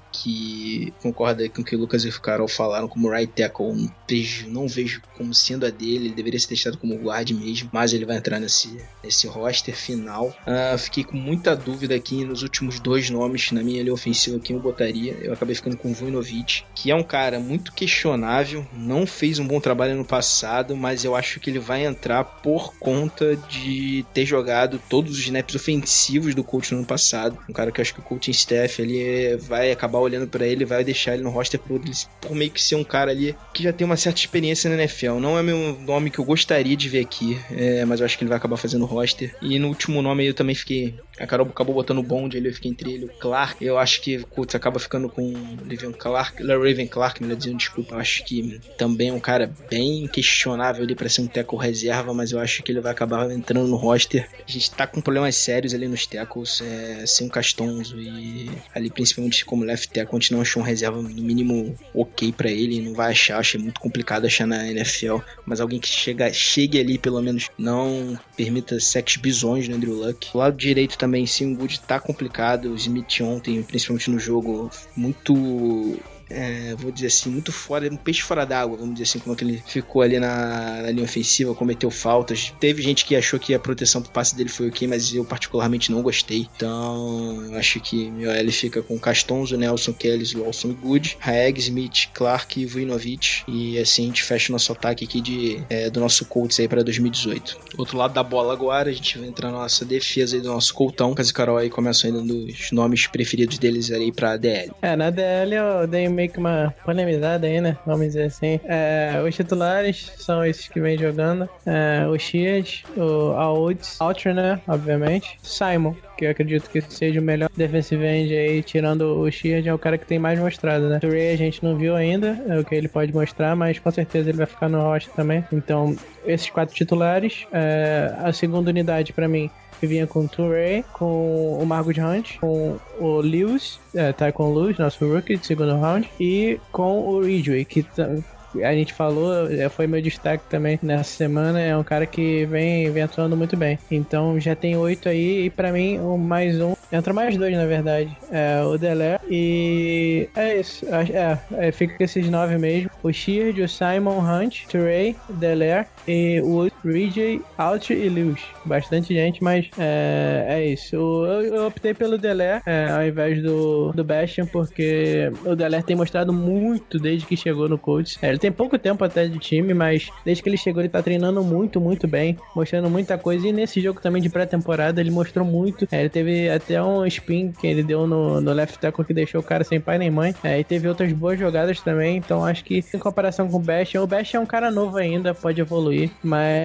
que concorda com o que o Lucas e o Carol falaram como right tackle. Não vejo, não vejo como sendo a dele, ele deveria ser testado como guard mesmo, mas ele vai entrar nesse, nesse roster final. Uh, fiquei com muita dúvida aqui nos últimos dois nomes na minha linha ofensiva, quem eu botaria. Eu acabei ficando com o Vujnovic, que é um cara muito questionável, não fez um bom trabalho no passado, mas eu acho que ele vai entrar por conta de ter jogado todos os snaps ofensivos do coach no ano passado. Um cara que eu acho que o coaching staff ali vai acabar olhando pra ele, vai deixar ele no roster por, por meio que ser um cara ali que já tem uma certa experiência na N F L. Não é meu nome que eu gostaria de ver aqui, é, mas eu acho que ele vai acabar fazendo roster. E no último nome aí eu também fiquei... A Carol acabou botando o Bond ali, eu fiquei entre ele e o Clark. Eu acho que o Colts acaba ficando com o Raven Clark, Raven Clark, melhor dizendo, desculpa. Eu acho que também é um cara bem questionável ali pra ser um tackle reserva, mas eu acho que ele vai acabar entrando no roster. A gente tá com problemas sérios ali nos tackles, é, sem o Castonzo e ali principalmente como left tackle, a gente não achou um reserva no mínimo ok pra ele, não vai achar, achei muito complicado achar na N F L, mas alguém que chega, chegue ali pelo menos, não permita sacks bizões no Andrew Luck. Do lado direito também, sim, o Good tá complicado, o Smith ontem, principalmente no jogo, muito... É, vou dizer assim, muito fora, um peixe fora d'água, vamos dizer assim, como é que ele ficou ali na, na linha ofensiva, cometeu faltas. Teve gente que achou que a proteção pro passe dele foi ok, mas eu particularmente não gostei. Então, eu acho que meu L fica com Castonzo, Nelson, Kelly, Lawson e Good, Haeg, Smith, Clark e Vujnovic. E assim a gente fecha o nosso ataque aqui de, é, do nosso Colts aí pra dois mil e dezoito. Outro lado da bola agora, a gente vai entrar na nossa defesa aí do nosso Coltão. Caso e Carol aí começam aí dando os nomes preferidos deles aí pra D L. É, na D L eu dei meio que uma polemizada aí, né? Vamos dizer assim. É, os titulares são esses que vem jogando. É, o Shears, o Aouds, Altry, né? Obviamente. Simon, que eu acredito que seja o melhor defensive end aí, tirando o Shears, é o cara que tem mais mostrado, né? O Ray a gente não viu ainda, é o que ele pode mostrar, mas com certeza ele vai ficar no roster também. Então, esses quatro titulares. É, a segunda unidade, pra mim, que vinha com o Touré, com o Margot Hunt, com o Lewis, é, tá com o Lewis, nosso rookie de segundo round, e com o Ridgway, que a gente falou, foi meu destaque também nessa semana, é um cara que vem, vem atuando muito bem. Então já tem oito aí, e pra mim, o mais um, entra mais dois na verdade, é o Delaire, e é isso, é, é, fica com esses nove mesmo, o Sheard, o Simon, Hunt, Touré, Delaire, e o Ridgway, Altry e Lewis. Bastante gente, mas é, é isso. Eu, eu optei pelo Delaire é, ao invés do, do Bastian, porque o Delaire tem mostrado muito desde que chegou no Colts. É, ele tem pouco tempo até de time, mas desde que ele chegou ele tá treinando muito, muito bem, mostrando muita coisa, e nesse jogo também de pré-temporada ele mostrou muito. É, ele teve até um spin que ele deu no, no left tackle que deixou o cara sem pai nem mãe, é, e teve outras boas jogadas também, então acho que em comparação com o Bastian, o Bastian é um cara novo ainda, pode evoluir, mas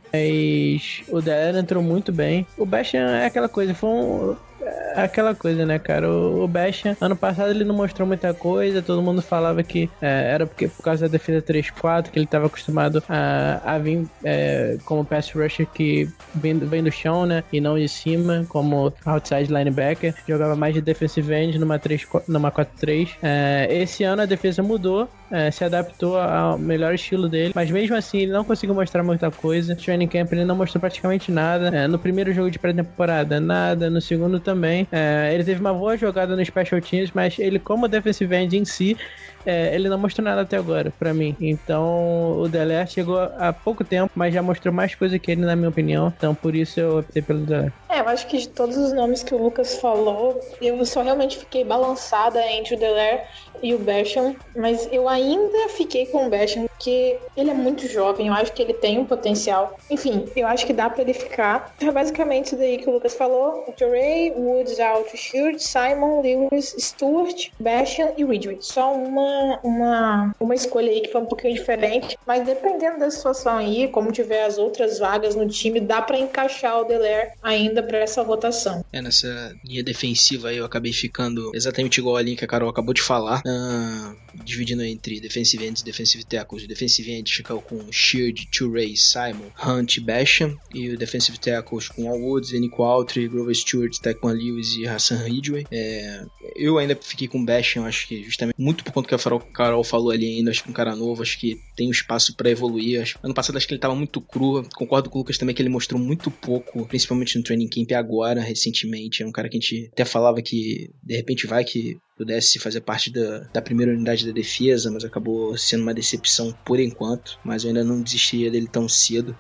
o Delaire entrou muito bem. O Bastian é aquela coisa, foi um... aquela coisa, né, cara? O, o Bastian, ano passado ele não mostrou muita coisa, todo mundo falava que é, era porque, por causa da defesa três quatro, que ele estava acostumado a, a vir é, como pass rusher que vem, vem do chão, né, e não de cima, como outside linebacker, jogava mais de defensive end numa, numa quatro três. É, esse ano a defesa mudou, é, se adaptou ao melhor estilo dele, mas mesmo assim ele não conseguiu mostrar muita coisa. No training camp ele não mostrou praticamente nada, é, no primeiro jogo de pré-temporada nada, no segundo também. É, ele teve uma boa jogada no Special Teams, mas ele, como defensive end em si, é, ele não mostrou nada até agora, pra mim. Então, o Delaire chegou há pouco tempo, mas já mostrou mais coisa que ele, na minha opinião. Então, por isso eu optei pelo Delaire. É, eu acho que de todos os nomes que o Lucas falou, eu só realmente fiquei balançada entre o Delaire e o Bastian, mas eu ainda fiquei com o Bastian, porque ele é muito jovem, eu acho que ele tem um potencial. Enfim, eu acho que dá pra ele ficar. É basicamente isso daí que o Lucas falou: o Touré, Woods, Altry, Sheard, Simon, Lewis, Stewart, Bastian e Ridgway. Só uma, uma, uma escolha aí que foi um pouquinho diferente, mas dependendo da situação aí, como tiver as outras vagas no time, dá pra encaixar o Delaire ainda pra essa rotação. É, nessa linha defensiva aí eu acabei ficando exatamente igual a linha que a Carol acabou de falar, uh, dividindo entre defensive ends e defensive tackles. O defensive ends ficou com Sheard, Touré, Simon, Hunt e Bastian, e o defensive tackles com Al Woods, Nico Altry, Grover Stewart, Taquan Lewis e Hassan Ridgway. É, eu ainda fiquei com o Bastian, acho que justamente muito por conta que a Carol falou ali ainda, acho que um cara novo, acho que tem um espaço pra evoluir. Acho, ano passado acho que ele tava muito cru, concordo com o Lucas também que ele mostrou muito pouco, principalmente no training camp agora, recentemente. É um cara que a gente até falava que de repente vai que pudesse fazer parte da, da primeira unidade da defesa, mas acabou sendo uma decepção por enquanto, mas eu ainda não desistiria dele tão cedo.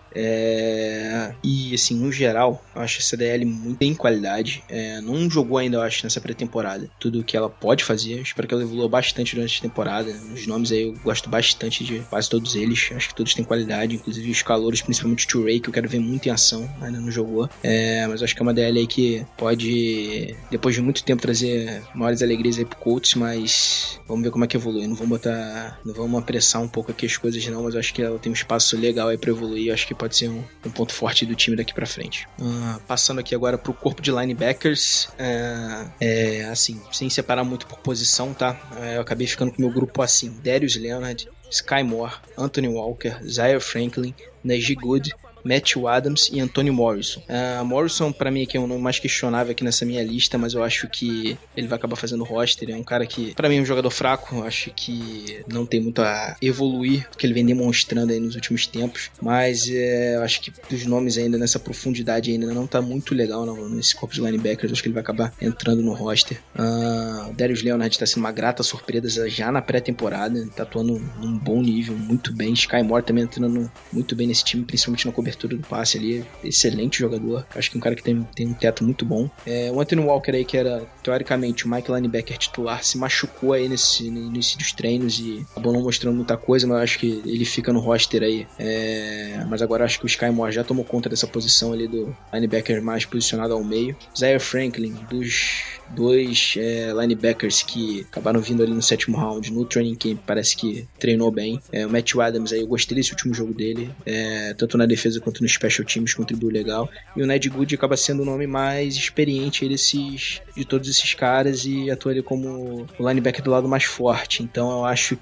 É... E assim, no geral, eu acho essa D L muito em qualidade, é... não jogou ainda, eu acho, nessa pré-temporada tudo o que ela pode fazer, eu espero que ela evolua bastante durante a temporada. Os nomes aí eu gosto bastante de quase todos eles, acho que todos têm qualidade, inclusive os calouros, principalmente o Touré, que eu quero ver muito em ação, ainda não jogou, é... mas eu acho que é uma D L aí que pode, depois de muito tempo, trazer maiores alegrias aí pro Colts, mas vamos ver como é que evolui. Não vamos botar, não vamos apressar um pouco aqui as coisas não, mas eu acho que ela tem um espaço legal aí pra evoluir, eu acho que pode ser um, um ponto forte do time daqui pra frente. Uh, passando aqui agora pro corpo de linebackers, uh, é, assim, sem separar muito por posição, tá? Uh, eu acabei ficando com o meu grupo assim: Darius Leonard, Sky Moore, Anthony Walker, Zaire Franklin, Najee Goode, Matthew Adams e Antonio Morrison. Uh, Morrison, pra mim, aqui é um nome mais questionável aqui nessa minha lista, mas eu acho que ele vai acabar fazendo roster. É um cara que, pra mim, é um jogador fraco. Eu acho que não tem muito a evoluir, porque ele vem demonstrando aí nos últimos tempos. Mas é, eu acho que dos nomes ainda, nessa profundidade ainda, não tá muito legal não, nesse corpo de linebackers. Eu acho que ele vai acabar entrando no roster. Uh, Darius Leonard tá sendo uma grata surpresa já na pré-temporada. Ele tá atuando num bom nível, muito bem. Sky Moore também entrando muito bem nesse time, principalmente na cobertura do passe ali, excelente jogador, acho que é um cara que tem, tem um teto muito bom. É, o Anthony Walker aí, que era teoricamente o Mike linebacker titular, se machucou aí nesse, no início dos treinos e acabou não mostrando muita coisa, mas eu acho que ele fica no roster aí. É, mas agora acho que o Sky Moore já tomou conta dessa posição ali do linebacker mais posicionado ao meio. Zaire Franklin, dos dois é, linebackers que acabaram vindo ali no sétimo round, no training camp, parece que treinou bem. É, o Matthew Adams aí, eu gostei desse último jogo dele, é, tanto na defesa quanto no special teams, contribuiu legal. E o Najee Goode acaba sendo o nome mais experiente aí desses, de todos esses caras e atua ali como o linebacker do lado mais forte. Então eu acho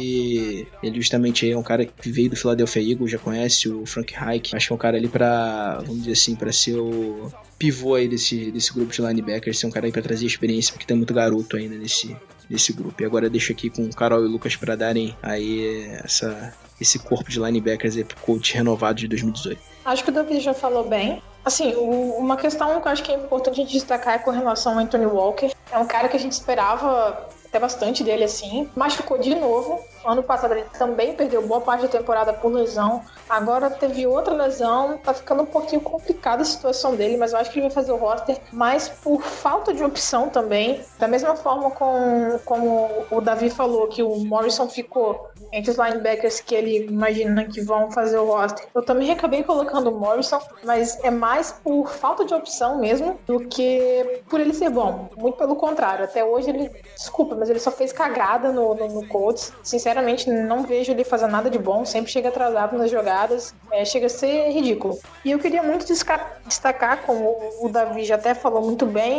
que ele justamente aí é um cara que veio do Philadelphia Eagles, já conhece o Frank Reich. Acho que é um cara ali pra, vamos dizer assim, pra ser o pivô aí desse, desse grupo de linebackers, ser um cara aí pra trazer experiência, porque tem muito garoto ainda nesse, nesse grupo. E agora eu deixo aqui com o Carol e o Lucas pra darem aí essa, esse corpo de linebackers aí pro coach renovado de dois mil e dezoito. Acho que o Davi já falou bem. Assim, o, uma questão que eu acho que é importante a gente destacar é com relação ao Anthony Walker. É um cara que a gente esperava até bastante dele, assim. Machucou de novo. Ano passado ele também perdeu boa parte da temporada por lesão. Agora teve outra lesão. Tá ficando um pouquinho complicada a situação dele, mas eu acho que ele vai fazer o roster. Mas por falta de opção também. Da mesma forma com, como o Davi falou, que o Morrison ficou entre os linebackers que ele imagina que vão fazer o roster. Eu também acabei colocando o Morrison, mas é mais por falta de opção mesmo do que por ele ser bom. Muito pelo contrário. Até hoje ele, desculpa, mas ele só fez cagada no, no, no Colts. Sinceramente, não vejo ele fazer nada de bom. Sempre chega atrasado nas jogadas. É, chega a ser ridículo. E eu queria muito destacar, como o Davi já até falou muito bem,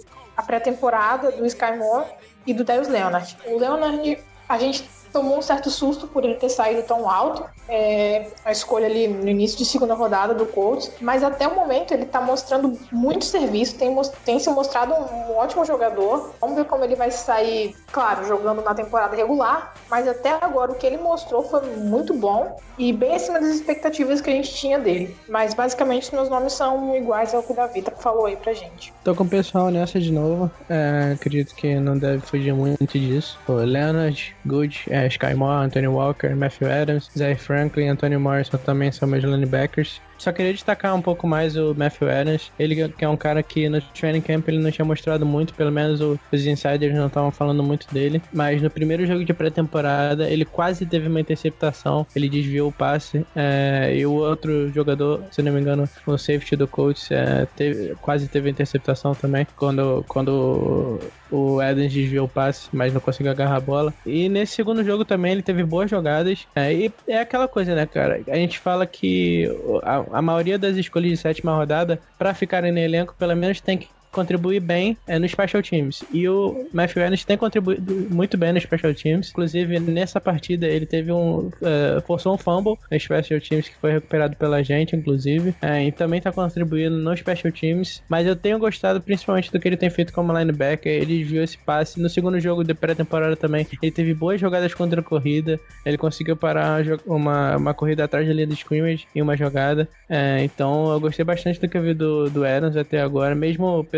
a pré-temporada do Sky Moore e do Darius Leonard. O Leonard, a gente tomou um certo susto por ele ter saído tão alto, é, a escolha ali no início de segunda rodada do Colts, mas até o momento ele tá mostrando muito serviço, tem, tem se mostrado um, um ótimo jogador. Vamos ver como ele vai sair, claro, jogando na temporada regular, mas até agora o que ele mostrou foi muito bom e bem acima das expectativas que a gente tinha dele. Mas basicamente meus nomes são iguais ao que o Davi falou aí pra gente. Tô com o pessoal nessa de novo, é, acredito que não deve fugir muito disso. O Leonard, Goode, é, Sky Moore, Anthony Walker, Matthew Adams, Zaire Franklin, Antonio Morrison também são meus linebackers. Só queria destacar um pouco mais o Matthew Adams. Ele que é um cara que no training camp ele não tinha mostrado muito, pelo menos os insiders não estavam falando muito dele. Mas no primeiro jogo de pré-temporada ele quase teve uma interceptação, ele desviou o passe. É, e o outro jogador, se não me engano, o safety do Colts, é, teve, quase teve interceptação também, quando, quando o Adams desviou o passe, mas não conseguiu agarrar a bola. E nesse segundo jogo também ele teve boas jogadas. É, e é aquela coisa, né, cara? A gente fala que a, a maioria das escolhas de sétima rodada, pra ficarem no elenco, pelo menos tem que contribuir bem é, no Special Teams. E o Matthew Adams tem contribuído muito bem no Special Teams. Inclusive, nessa partida, ele teve um... Uh, forçou um fumble no Special Teams, que foi recuperado pela gente, inclusive. É, e também tá contribuindo no Special Teams. Mas eu tenho gostado principalmente do que ele tem feito como linebacker. Ele viu esse passe. No segundo jogo de pré-temporada também, ele teve boas jogadas contra a corrida. Ele conseguiu parar uma, uma corrida atrás da linha de scrimmage em uma jogada. É, então, eu gostei bastante do que eu vi do, do Adams até agora. Mesmo o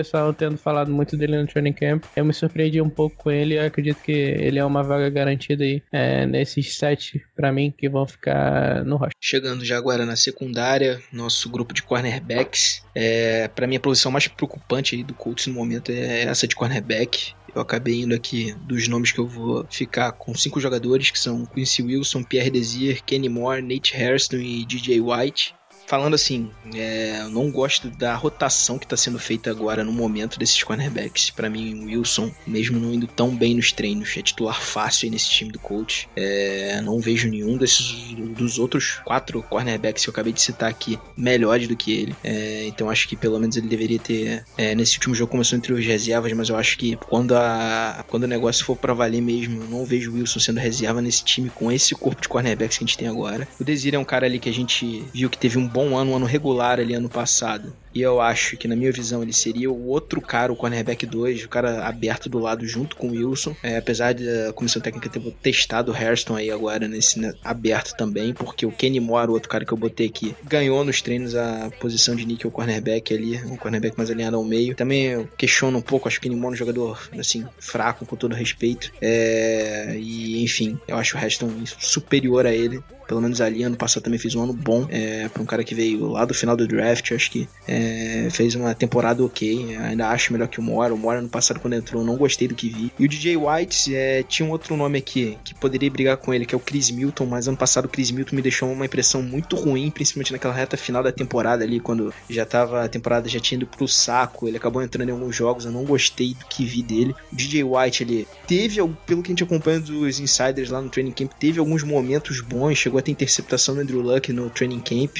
pessoal tendo falado muito dele no training camp. Eu me surpreendi um pouco com ele. Eu acredito que ele é uma vaga garantida aí é, nesses sete, pra mim, que vão ficar no roster. Chegando já agora na secundária, nosso grupo de cornerbacks. É, pra mim, a posição mais preocupante aí do Colts no momento é essa de cornerback. Eu acabei indo aqui dos nomes que eu vou ficar com cinco jogadores, que são Quincy Wilson, Pierre Desir, Kenny Moore, Nate Hairston e D J White. Falando assim, é, eu não gosto da rotação que está sendo feita agora no momento desses cornerbacks. Para mim, o Wilson, mesmo não indo tão bem nos treinos, é titular fácil aí nesse time do coach. É, não vejo nenhum desses dos outros quatro cornerbacks que eu acabei de citar aqui melhores do que ele. É, então acho que pelo menos ele deveria ter... É, nesse último jogo começou entre os reservas, mas eu acho que quando, a, quando o negócio for para valer mesmo, eu não vejo o Wilson sendo reserva nesse time com esse corpo de cornerbacks que a gente tem agora. O Desir é um cara ali que a gente viu que teve um bom ano, um ano regular ali ano passado. E eu acho que, na minha visão, ele seria o outro cara, o cornerback dois, o cara aberto do lado junto com o Wilson. É, apesar da comissão técnica ter testado o Hairston aí agora nesse né, aberto também, porque o Kenny Moore, o outro cara que eu botei aqui, ganhou nos treinos a posição de nickel cornerback ali, um cornerback mais alinhado ao meio. Também eu questiono um pouco, acho que o Kenny Moore é um jogador, assim, fraco, com todo respeito. É, e, enfim, eu acho o Hairston superior a ele. Pelo menos ali, ano passado também fez um ano bom é, para um cara que veio lá do final do draft. Acho que é, fez uma temporada ok. Ainda acho melhor que o Moore. O Moore ano passado, quando entrou, não gostei do que vi. E o D J White é, tinha um outro nome aqui que poderia brigar com ele, que é o Chris Milton. Mas ano passado o Chris Milton me deixou uma impressão muito ruim, principalmente naquela reta final da temporada ali, quando já tava, a temporada já tinha ido pro saco. Ele acabou entrando em alguns jogos, eu não gostei do que vi dele. O D J White, ele teve, pelo que a gente acompanha dos insiders lá no training camp, teve alguns momentos bons, chegou a ter interceptação do Andrew Luck no training camp.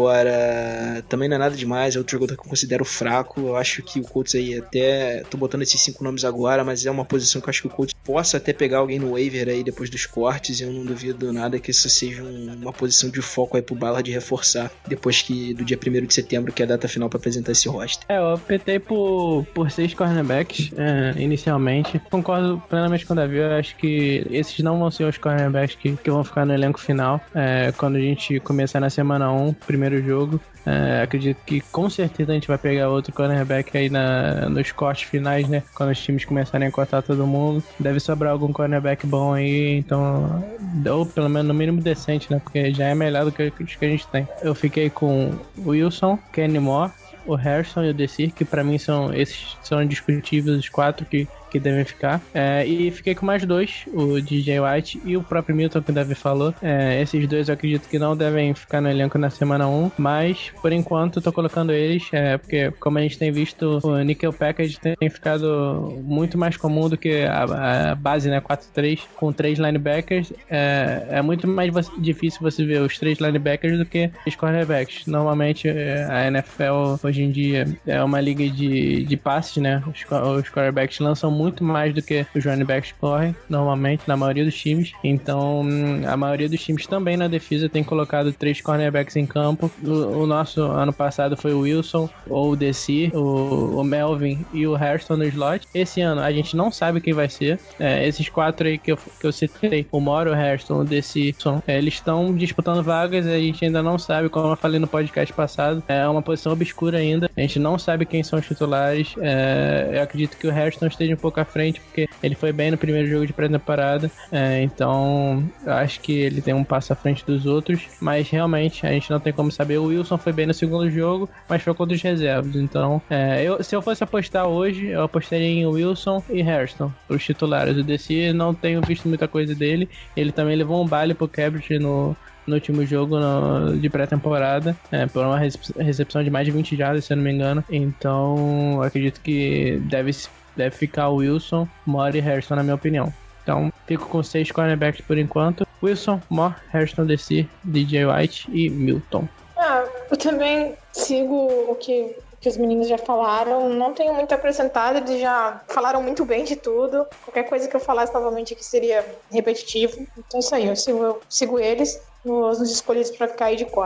Agora, também não é nada demais, é outro jogador que eu considero fraco. Eu acho que o Colts aí até, tô botando esses cinco nomes agora, mas é uma posição que eu acho que o Colts possa até pegar alguém no waiver aí depois dos cortes, e eu não duvido nada que isso seja um, uma posição de foco aí pro Ballard reforçar depois que do dia primeiro de setembro, que é a data final para apresentar esse roster. É, eu optei por, por seis cornerbacks é, inicialmente. Concordo plenamente com o Davi, eu acho que esses não vão ser os cornerbacks que, que vão ficar no elenco final. É, quando a gente começar na semana um, primeiro jogo, é, acredito que com certeza a gente vai pegar outro cornerback aí na, nos cortes finais, né? Quando os times começarem a cortar todo mundo, deve sobrar algum cornerback bom aí, então, ou pelo menos no mínimo decente, né? Porque já é melhor do que os que a gente tem. Eu fiquei com o Wilson, Kenny Moore, o Hairston e o Desir, que pra mim são esses são indiscutíveis os quatro que que devem ficar. É, e fiquei com mais dois, o D J White e o próprio Milton, que o Davi falou. É, esses dois eu acredito que não devem ficar no elenco na semana um, mas por enquanto eu tô colocando eles, é, porque como a gente tem visto, o Nickel Package tem ficado muito mais comum do que a, a base, né, quatro três, com três linebackers. É, é muito mais difícil você ver os três linebackers do que os cornerbacks. Normalmente a N F L hoje em dia é uma liga de, de passes, né? Os, os quarterbacks lançam muito mais do que os running backs correm, normalmente, na maioria dos times. Então, a maioria dos times também na defesa tem colocado três cornerbacks em campo. O, o nosso ano passado foi o Wilson, ou o Desir, o, o Melvin e o Hairston no slot. Esse ano a gente não sabe quem vai ser. É, esses quatro aí que eu, que eu citei, o Moore, o Hairston, o Desir, é, eles estão disputando vagas, a gente ainda não sabe, como eu falei no podcast passado, é uma posição obscura ainda. A gente não sabe quem são os titulares. É, eu acredito que o Hairston esteja um pouco à frente, porque ele foi bem no primeiro jogo de pré-temporada, é, então eu acho que ele tem um passo à frente dos outros, mas realmente a gente não tem como saber. O Wilson foi bem no segundo jogo, mas foi contra os reservas, então é, eu, se eu fosse apostar hoje, eu apostaria em Wilson e Hairston, os titulares. O Desir, não tenho visto muita coisa dele, ele também levou um baile pro Cambridge no no último jogo no, de pré-temporada, é, por uma recepção de mais de vinte jardas, se eu não me engano. Então acredito que deve, deve ficar o Wilson, Moore e Hairston, na minha opinião. Então fico com seis cornerbacks por enquanto: Wilson, Moore, Hairston, Desir, D J White e Milton. Ah, eu também sigo o que que os meninos já falaram, não tenho muito a acrescentar, eles já falaram muito bem de tudo. Qualquer coisa que eu falasse novamente aqui seria repetitivo. Então é isso aí, eu sigo, eu sigo eles nos, nos escolhidos para ficar aí de corner.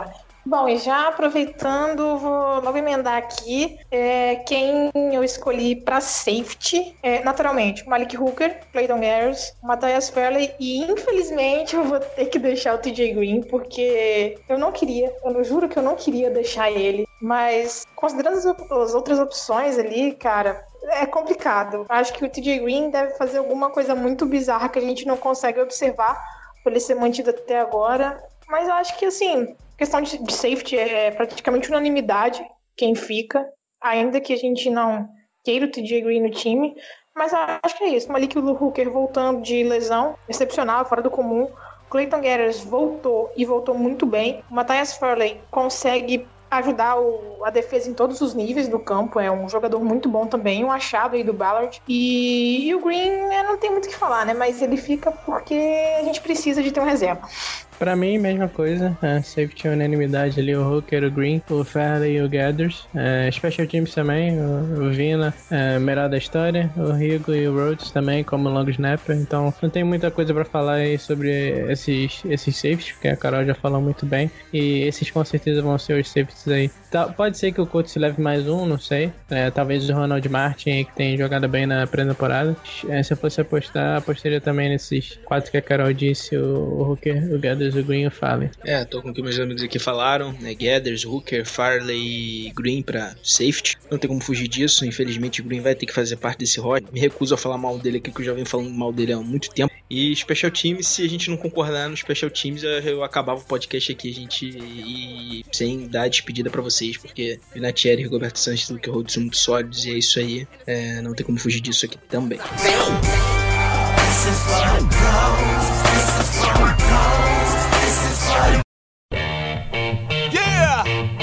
Bom, e já aproveitando, vou logo emendar aqui é, quem eu escolhi para safety, é, naturalmente, Malik Hooker, Clayton Garris, Matthias Fairley e infelizmente eu vou ter que deixar o T J Green porque eu não queria, eu juro que eu não queria deixar ele, mas considerando as, as outras opções ali, cara, é complicado. Acho que o T J Green deve fazer alguma coisa muito bizarra que a gente não consegue observar por ele ser mantido até agora, mas eu acho que assim... questão de, de safety é praticamente unanimidade quem fica, ainda que a gente não queira o T J Green no time, mas acho que é isso. Malik Hooker voltando de lesão, excepcional, fora do comum. Clayton Garris voltou e voltou muito bem. O Matthias Fairley consegue ajudar o, a defesa em todos os níveis do campo, é um jogador muito bom também, um achado aí do Ballard. E, e o Green, né, não tem muito o que falar, né? Mas ele fica porque a gente precisa de ter um reserva. Pra mim, mesma coisa, é, safety unanimidade ali, o Hooker, o Green, o Fairley e o Gathers. É, special teams também, o, o Vina, é, melhor da história, o Rigo e o Rhodes também, como long snapper. Então, não tem muita coisa pra falar aí sobre esses, esses safeties, porque a Carol já falou muito bem. E esses com certeza vão ser os safeties aí. Tá, pode ser que o Colts leve mais um, não sei. É, talvez o Ronald Martin aí, que tem jogado bem na pré-temporada. É, se eu fosse apostar, apostaria também nesses quatro que a Carol disse, o, o Hooker, o Gathers, o Green e o Fairley. É, tô com o que meus amigos aqui falaram, né? Gathers, Hooker, Fairley e Green pra safety. Não tem como fugir disso, infelizmente o Green vai ter que fazer parte desse roster. Me recuso a falar mal dele aqui, que eu já venho falando mal dele há muito tempo. E Special Teams, se a gente não concordar no Special Teams, eu acabava o podcast aqui, a gente e sem dar despedida pra vocês, porque Vinatieri, Rigoberto Sanches e Luke Rhodes são muito sólidos e é isso aí. É, não tem como fugir disso aqui também. This is where it goes. This is where it goes. This is where it... Yeah!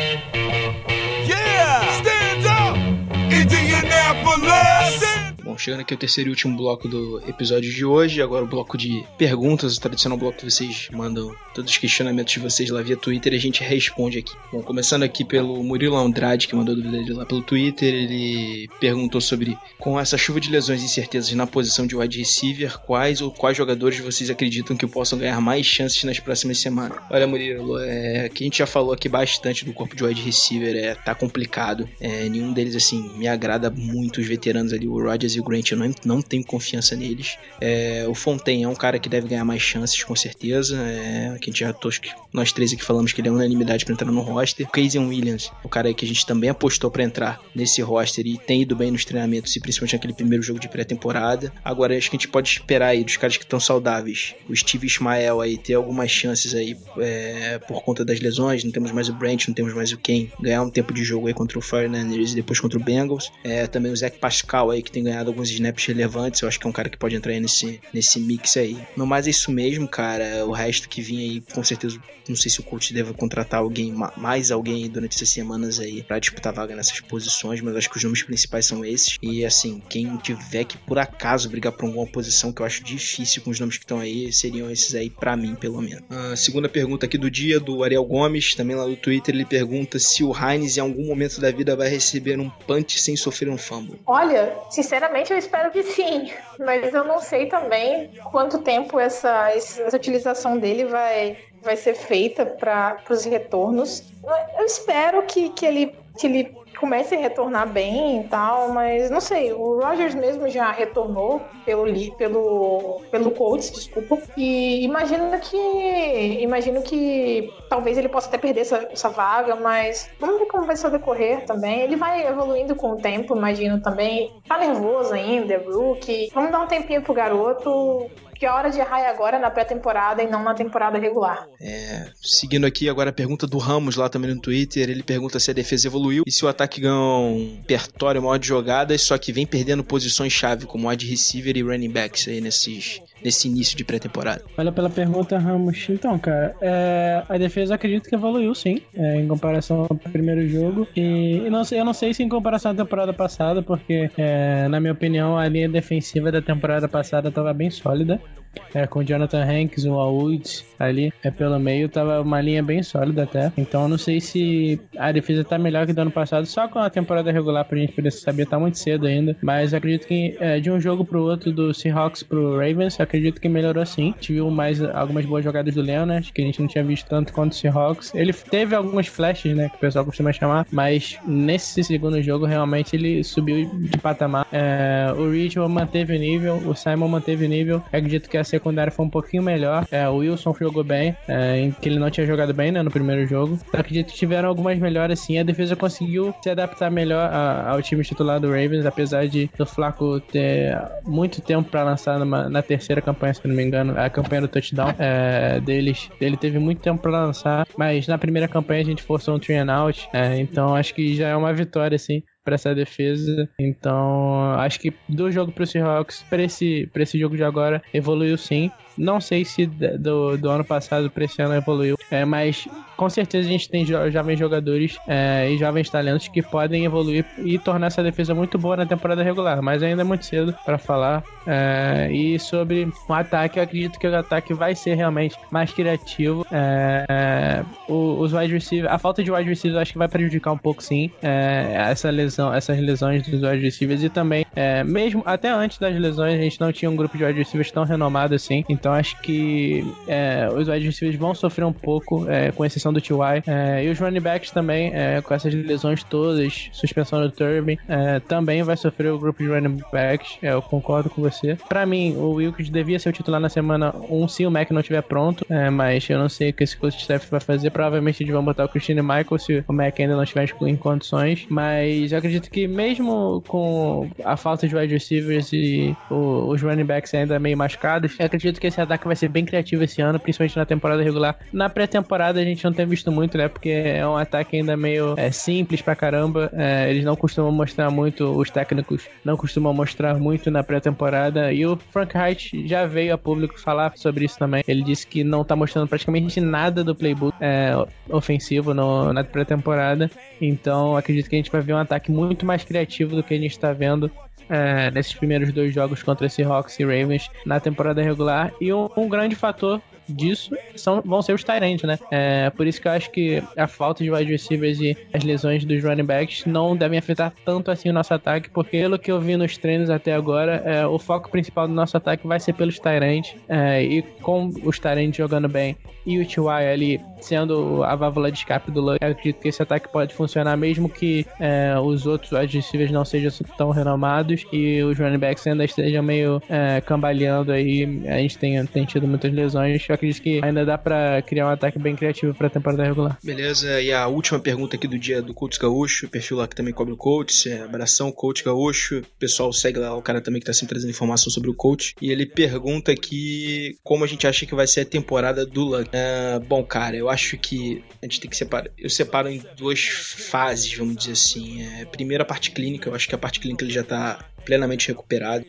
Yeah! Stand up! Indianapolis! Bom, chegando aqui ao terceiro e último bloco do episódio de hoje, agora o bloco de perguntas, o tradicional bloco que vocês mandam todos os questionamentos de vocês lá via Twitter e a gente responde aqui. Bom, começando aqui pelo Murilo Andrade, que mandou dúvida dele lá pelo Twitter, ele perguntou sobre, com essa chuva de lesões e incertezas na posição de wide receiver, quais ou quais jogadores vocês acreditam que possam ganhar mais chances nas próximas semanas? Olha, Murilo, é, que a gente já falou aqui bastante do corpo de wide receiver, é, tá complicado, é, nenhum deles, assim, me agrada muito, os veteranos ali, o Rodgers e o Grant, eu não, não tenho confiança neles. É, o Fontaine é um cara que deve ganhar mais chances, com certeza. É, que a gente já todos, nós três aqui falamos que ele é unanimidade para entrar no roster. O Casey Williams, o cara que a gente também apostou para entrar nesse roster e tem ido bem nos treinamentos e principalmente naquele primeiro jogo de pré-temporada. Agora acho que a gente pode esperar aí dos caras que estão saudáveis. O Steve Ismael aí ter algumas chances aí é, por conta das lesões. Não temos mais o Brent, não temos mais o Ken. Ganhar um tempo de jogo aí contra o forty-niners e depois contra o Bengals. É, também o Zach Pascal aí que tem ganhado alguns snaps relevantes, eu acho que é um cara que pode entrar aí nesse, nesse mix aí. No mais é isso mesmo, cara, o resto que vinha aí, com certeza, não sei se o coach deve contratar alguém, mais alguém durante essas semanas aí pra disputar vaga nessas posições, mas acho que os nomes principais são esses, e assim, quem tiver que por acaso brigar por alguma posição, que eu acho difícil com os nomes que estão aí, seriam esses aí pra mim, pelo menos. A segunda pergunta aqui do dia, do Ariel Gomes, também lá no Twitter, ele pergunta se o Hines em algum momento da vida vai receber um punch sem sofrer um fumble. Olha, sinceramente eu espero que sim, mas eu não sei também quanto tempo essa, essa utilização dele vai, vai ser feita para os retornos. Eu espero que, que, ele, que ele comece a retornar bem e tal, mas não sei, o Rodgers mesmo já retornou pelo, pelo, pelo Colts, desculpa, e imagino que imagino que talvez ele possa até perder essa, essa vaga, mas vamos ver como vai ser o decorrer também. Ele vai evoluindo com o tempo, imagino também. Tá nervoso ainda, é rookie. Vamos dar um tempinho pro garoto, que a hora de errar é agora na pré-temporada e não na temporada regular. É, seguindo aqui agora a pergunta do Ramos lá também no Twitter, ele pergunta se a defesa evoluiu e se o ataque ganhou um repertório maior de jogadas, só que vem perdendo posições-chave como wide receiver e running backs aí nesses, nesse início de pré-temporada. Olha pela pergunta, Ramos. Então, cara, é, a defesa acredito que evoluiu sim, é, em comparação ao primeiro jogo, e, e não sei, eu não sei se em comparação à temporada passada, porque é, na minha opinião a linha defensiva da temporada passada estava bem sólida. é, com o Jonathan Hanks, o Woods ali é, pelo meio, tava uma linha bem sólida até. Então eu não sei se a defesa tá melhor que do ano passado, só com a temporada regular pra gente poder saber, tá muito cedo ainda. Mas acredito que é, de um jogo pro outro, do Seahawks pro Ravens, acredito que melhorou sim. A gente viu mais algumas boas jogadas do Leonard, que a gente não tinha visto tanto quanto o Seahawks. Ele teve alguns flashes, né, que o pessoal costuma chamar, mas nesse segundo jogo realmente ele subiu de patamar. É, o Ridgewell manteve o nível, o Simon manteve o nível. Acredito que a secundária foi um pouquinho melhor. É, o Wilson jogou bem, é, em que ele não tinha jogado bem, né, no primeiro jogo. Então, acredito que tiveram algumas melhoras sim. A defesa conseguiu se adaptar melhor a, ao time titular do Ravens, apesar de do Flacco ter muito tempo para lançar numa, na terceira campanha, se não me engano, a campanha do touchdown é, deles. Ele teve muito tempo para lançar, mas na primeira campanha a gente forçou um three and out, é, então acho que já é uma vitória assim para essa defesa. Então acho que do jogo pro Seahawks para esse, pra esse jogo de agora evoluiu sim. Não sei se do, do ano passado para esse ano evoluiu, é, mas com certeza a gente tem jo- jovens jogadores é, e jovens talentos que podem evoluir e tornar essa defesa muito boa na temporada regular, mas ainda é muito cedo para falar. É, e sobre o ataque, eu acredito que o ataque vai ser realmente mais criativo. É, é, os wide receivers, a falta de wide receivers acho que vai prejudicar um pouco sim, é, essa lesão, essas lesões dos wide receivers, e também é, mesmo até antes das lesões a gente não tinha um grupo de wide receivers tão renomado assim. Então acho que é, os wide receivers vão sofrer um pouco, é, com exceção do T Y. É, e os running backs também, é, com essas lesões todas, suspensão do Turbin, é, também vai sofrer o grupo de running backs. É, eu concordo com você. Pra mim, o Wilkes devia ser o titular na semana um se o Mac não estiver pronto, é, mas eu não sei o que esse coach staff vai fazer. Provavelmente eles vão botar o Christian Michael se o Mac ainda não estiver em condições. Mas eu acredito que mesmo com a falta de wide receivers e o, os running backs ainda meio machucados, eu acredito que esse ataque vai ser bem criativo esse ano, principalmente na temporada regular. Na pré-temporada a gente não tem visto muito, né, porque é um ataque ainda meio é, simples pra caramba. É, eles não costumam mostrar muito, os técnicos não costumam mostrar muito na pré-temporada, e o Frank Reich já veio a público falar sobre isso também. Ele disse que não tá mostrando praticamente nada do playbook é, ofensivo no, na pré-temporada, então acredito que a gente vai ver um ataque muito mais criativo do que a gente tá vendo É, nesses primeiros dois jogos contra esse Seahawks e Ravens na temporada regular. E um, um grande fator disso são, vão ser os tight ends, né? É, por isso que eu acho que a falta de wide receivers e as lesões dos running backs não devem afetar tanto assim o nosso ataque, porque pelo que eu vi nos treinos até agora, é, o foco principal do nosso ataque vai ser pelos tight ends, é, e com os tight ends jogando bem e o T Y ali sendo a válvula de escape do Luck, eu acredito que esse ataque pode funcionar mesmo que é, os outros wide receivers não sejam tão renomados e os running backs ainda estejam meio é, cambaleando aí. A gente tem, tem tido muitas lesões. Eu acredito que ainda dá pra criar um ataque bem criativo pra temporada regular. Beleza, e a última pergunta aqui do dia do Coach Gaúcho, perfil lá que também cobre o Coach, é, abração Coach Gaúcho, o pessoal segue lá, o cara também que tá sempre trazendo informação sobre o Coach, e ele pergunta aqui como a gente acha que vai ser a temporada do Luck. É, bom, cara, eu acho que a gente tem que separar, eu separo em duas fases, vamos dizer assim. É, primeiro a parte clínica, eu acho que a parte clínica ele já tá plenamente recuperado.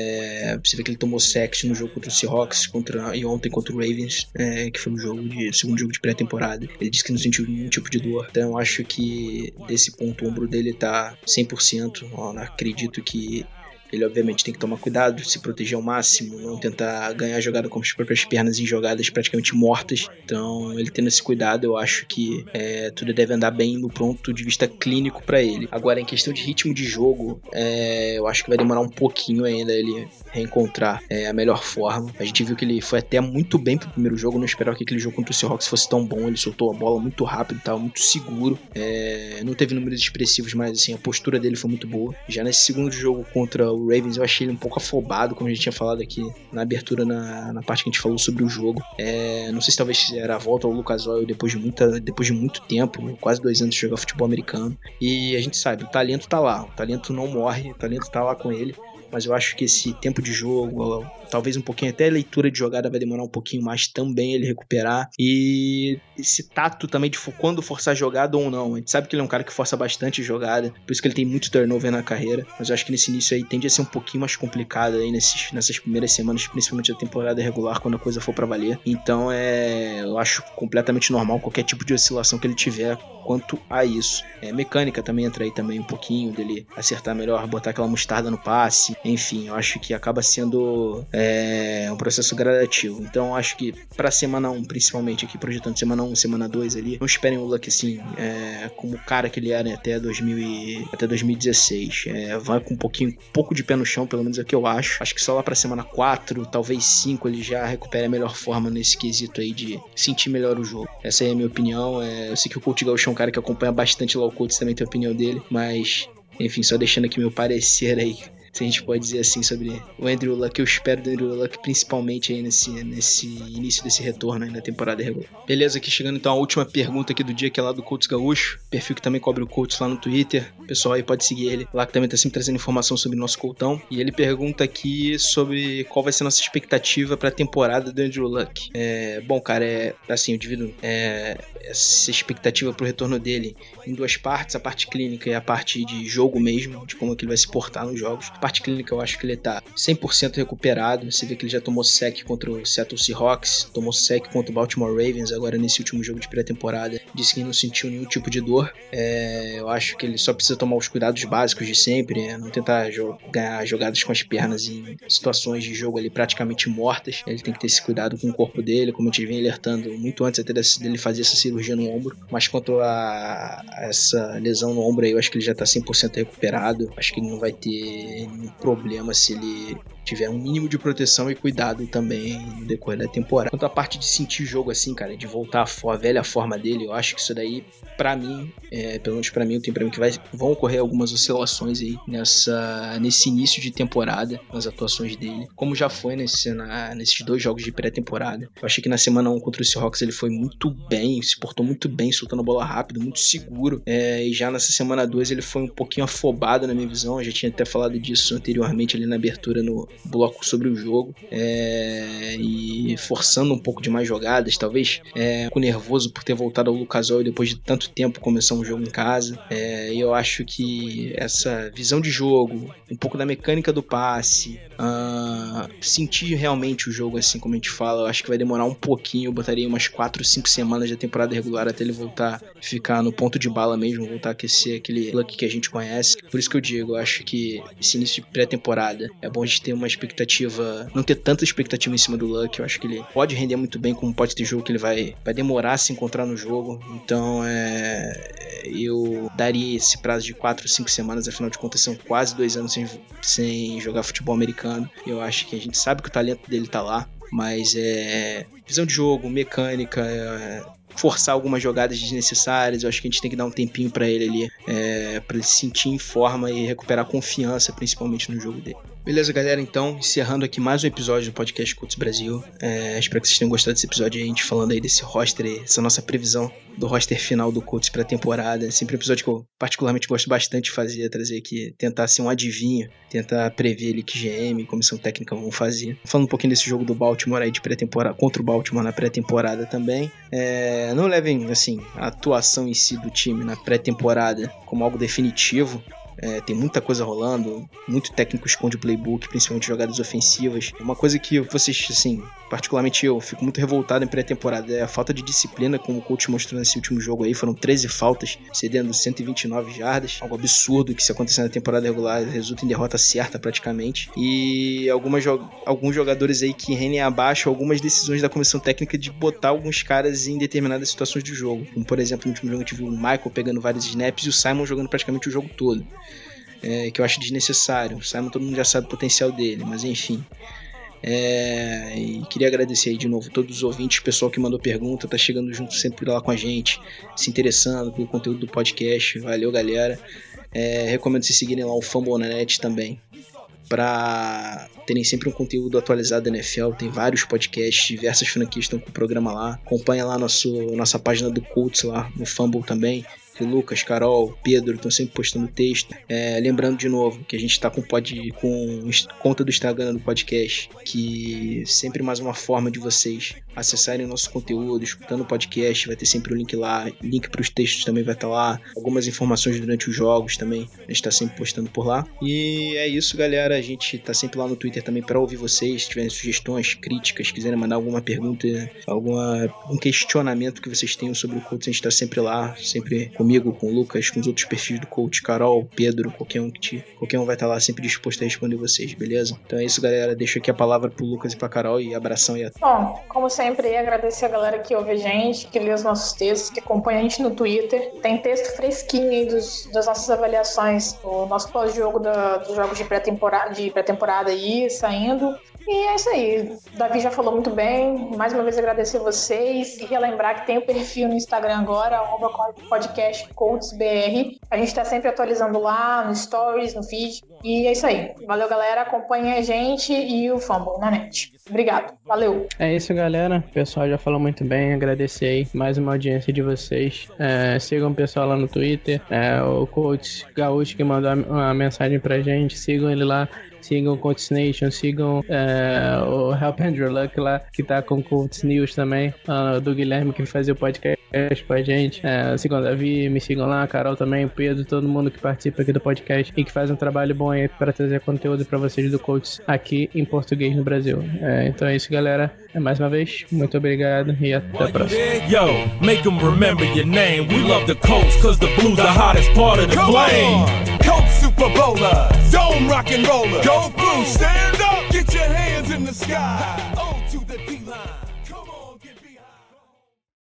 É, você vê que ele tomou sacks no jogo contra o Seahawks contra, e ontem contra o Ravens, é, que foi um jogo de, segundo jogo de pré-temporada. Ele disse que não sentiu nenhum tipo de dor. Então eu acho que desse ponto o ombro dele tá cem por cento. Ó, não acredito que ele obviamente tem que tomar cuidado, se proteger ao máximo, não tentar ganhar a jogada com as próprias pernas em jogadas praticamente mortas. Então, ele tendo esse cuidado, eu acho que é, tudo deve andar bem no ponto de vista clínico para ele. Agora, em questão de ritmo de jogo, é, eu acho que vai demorar um pouquinho ainda ele reencontrar é, a melhor forma. A gente viu que ele foi até muito bem pro primeiro jogo, não esperava que aquele jogo contra o Seahawks fosse tão bom. Ele soltou a bola muito rápido, estava muito seguro, é, não teve números expressivos, mas assim, a postura dele foi muito boa. Já nesse segundo jogo contra o Ravens, eu achei ele um pouco afobado, como a gente tinha falado aqui na abertura, na, na parte que a gente falou sobre o jogo. É, não sei se talvez era a volta ao Lucas Oil depois de, muita, depois de muito tempo, quase dois anos de jogar futebol americano. E a gente sabe, o talento tá lá, o talento não morre, o talento tá lá com ele. Mas eu acho que esse tempo de jogo, talvez um pouquinho, até a leitura de jogada vai demorar um pouquinho mais também ele recuperar. E esse tato também de quando forçar jogada ou não. A gente sabe que ele é um cara que força bastante jogada, por isso que ele tem muito turnover na carreira. Mas eu acho que nesse início aí tende a ser um pouquinho mais complicado aí nesses, nessas primeiras semanas, principalmente da temporada regular, quando a coisa for pra valer. Então é, eu acho completamente normal qualquer tipo de oscilação que ele tiver quanto a isso. É, mecânica também entra aí também um pouquinho, dele acertar melhor, botar aquela mostarda no passe, enfim, eu acho que acaba sendo é, um processo gradativo. Então eu acho que pra semana um, principalmente aqui projetando semana um, semana dois ali, não esperem o Luck assim, é, como o cara que ele era até, dois mil e, até dois mil e dezesseis. É, vai com um pouquinho, um pouco de pé no chão, pelo menos é o que eu acho. Acho que só lá pra semana quatro, talvez cinco, ele já recupera a melhor forma nesse quesito aí de sentir melhor o jogo. Essa aí é a minha opinião. É, eu sei que o Coach Gaúcho é um cara que acompanha bastante lá o Coach, também tem a opinião dele, mas enfim, só deixando aqui meu parecer aí, se a gente pode dizer assim, sobre o Andrew Luck. Eu espero do Andrew Luck principalmente aí nesse, nesse início desse retorno aí na temporada regular. Beleza, aqui chegando então a última pergunta aqui do dia, que é lá do Coach Gaúcho, perfil que também cobre o Coach lá no Twitter. O pessoal aí pode seguir ele lá, que também tá sempre trazendo informação sobre o nosso Coltão. E ele pergunta aqui sobre qual vai ser a nossa expectativa pra temporada do Andrew Luck. É, bom, cara, é assim, eu divido é, essa expectativa pro retorno dele em duas partes, a parte clínica e a parte de jogo mesmo, de como é que ele vai se portar nos jogos. A parte clínica eu acho que ele tá cem por cento recuperado. Você vê que ele já tomou sec contra o Seattle Seahawks, tomou sec contra o Baltimore Ravens agora nesse último jogo de pré-temporada. Disse que não sentiu nenhum tipo de dor. É, eu acho que ele só precisa tomar os cuidados básicos de sempre, né? Não tentar jo- ganhar jogadas com as pernas em situações de jogo ali praticamente mortas. Ele tem que ter esse cuidado com o corpo dele, como a gente vem alertando muito antes até dele fazer essa cirurgia no ombro. Mas quanto a, a essa lesão no ombro aí, eu acho que ele já tá cem por cento recuperado. Acho que ele não vai ter nenhum problema se ele tiver um mínimo de proteção e cuidado também no decorrer da temporada. Quanto à parte de sentir o jogo assim, cara, de voltar à for- a velha forma dele, eu acho que isso daí, pra mim, é, pelo menos pra mim, eu tenho pra mim que vai, vão ocorrer algumas oscilações aí nessa, nesse início de temporada, nas atuações dele, como já foi nesse, na, nesses dois jogos de pré-temporada. Eu achei que na semana um contra o Seahawks ele foi muito bem, se portou muito bem, soltando a bola rápido, muito seguro, é, e já nessa semana dois ele foi um pouquinho afobado na minha visão. Eu já tinha até falado disso anteriormente ali na abertura no bloco sobre o jogo, é, e forçando um pouco de mais jogadas, talvez é, com nervoso por ter voltado ao Lucas Oil depois de tanto tempo começar um jogo em casa. É, e eu acho que essa visão de jogo, um pouco da mecânica do passe, uh, sentir realmente o jogo assim como a gente fala, eu acho que vai demorar um pouquinho. Eu botaria umas quatro, cinco semanas da temporada regular até ele voltar a ficar no ponto de bala mesmo, voltar a aquecer aquele Luck que a gente conhece. Por isso que eu digo, eu acho que esse início de pré-temporada é bom a gente ter uma expectativa, não ter tanta expectativa em cima do Luck. Eu acho que ele pode render muito bem, como pode ter jogo que ele vai, vai demorar a se encontrar no jogo. Então é, eu daria esse prazo de quatro, cinco semanas, afinal de contas são quase dois anos sem, sem jogar futebol americano. Eu acho que a gente sabe que o talento dele tá lá, mas é visão de jogo, mecânica, é, forçar algumas jogadas desnecessárias. Eu acho que a gente tem que dar um tempinho pra ele ali, é, pra ele se sentir em forma e recuperar confiança, principalmente no jogo dele. Beleza, galera? Então, encerrando aqui mais um episódio do podcast Colts Brasil. É, espero que vocês tenham gostado desse episódio aí, a gente falando aí desse roster aí, essa nossa previsão do roster final do Colts pra temporada. É sempre um episódio que eu particularmente gosto bastante de fazer, trazer aqui, tentar ser um adivinho, tentar prever ali que G M e comissão técnica vão fazer. Falando um pouquinho desse jogo do Baltimore aí de pré-temporada, contra o Baltimore na pré-temporada também. É, não levem, assim, a atuação em si do time na pré-temporada como algo definitivo. É, tem muita coisa rolando, muito técnico esconde o playbook, principalmente jogadas ofensivas. Uma coisa que vocês, assim, particularmente eu, fico muito revoltado em pré-temporada é a falta de disciplina, como o coach mostrou nesse último jogo aí. Foram treze faltas, cedendo cento e vinte e nove jardas, algo absurdo que se acontecer na temporada regular resulta em derrota certa praticamente. E algumas jo- alguns jogadores aí que rendem abaixo algumas decisões da comissão técnica de botar alguns caras em determinadas situações do jogo, como por exemplo no último jogo a gente viu o Michael pegando vários snaps e o Simon jogando praticamente o jogo todo. É, que eu acho desnecessário. O Simon, todo mundo já sabe o potencial dele, mas enfim. É, e queria agradecer aí de novo todos os ouvintes, o pessoal que mandou pergunta, tá chegando junto sempre lá com a gente, se interessando pelo conteúdo do podcast. Valeu, galera. É, recomendo vocês seguirem lá o Fumble na Net também, para terem sempre um conteúdo atualizado da N F L. Tem vários podcasts, diversas franquias estão com o programa lá. Acompanha lá nosso, nossa página do Colts lá no Fumble também. que o Lucas, Carol, Pedro estão sempre postando texto. É, lembrando de novo que a gente está com, pod, com conta do Instagram do podcast, que sempre mais uma forma de vocês acessarem o nosso conteúdo, escutando o podcast, vai ter sempre o link lá, link para os textos também vai estar lá, algumas informações durante os jogos também, a gente tá sempre postando por lá. E é isso, galera, a gente tá sempre lá no Twitter também para ouvir vocês, se tiverem sugestões, críticas, quiserem mandar alguma pergunta, alguma, um questionamento que vocês tenham sobre o Colts, a gente tá sempre lá, sempre comigo, com o Lucas, com os outros perfis do Coach, Carol, Pedro, qualquer um que te, qualquer um vai estar lá sempre disposto a responder vocês, beleza? Então é isso, galera, deixo aqui a palavra pro Lucas e pra Carol e abração e até. Bom, como sempre, agradecer a galera que ouve a gente, que lê os nossos textos, que acompanha a gente no Twitter. Tem texto fresquinho aí dos, das nossas avaliações, o nosso pós-jogo da, dos jogos de pré-temporada, de pré-temporada aí, saindo. E é isso aí, o Davi já falou muito bem, mais uma vez agradecer vocês e relembrar que tem o perfil no Instagram agora, arroba podcast Colts B R. A gente tá sempre atualizando lá, no Stories, no feed, e é isso aí. Valeu, galera, acompanhem a gente e o Fumble na net. Obrigado, valeu. É isso, galera, o pessoal já falou muito bem, agradecer aí mais uma audiência de vocês. É, sigam o pessoal lá no Twitter, é, o Coach Gaúcho que mandou uma mensagem pra gente, sigam ele lá. Sigam o Colts Nation, sigam é, o Help Andrew Luck lá, que tá com o Colts News também, uh, do Guilherme, que fazia o podcast com a gente. É, sigam o Davi, me sigam lá, a Carol também, o Pedro, todo mundo que participa aqui do podcast e que faz um trabalho bom aí pra trazer conteúdo pra vocês do Colts aqui em português no Brasil. É, então é isso, galera. Mais uma vez, muito obrigado e até a próxima. Yo, make them remember your name. We love the Colts cause the blues are hottest part of the flame. Colts Super Bowler, Dome Rock and Roller. Go Blue, stand up, get your hands in the sky. Oh, to the D-line.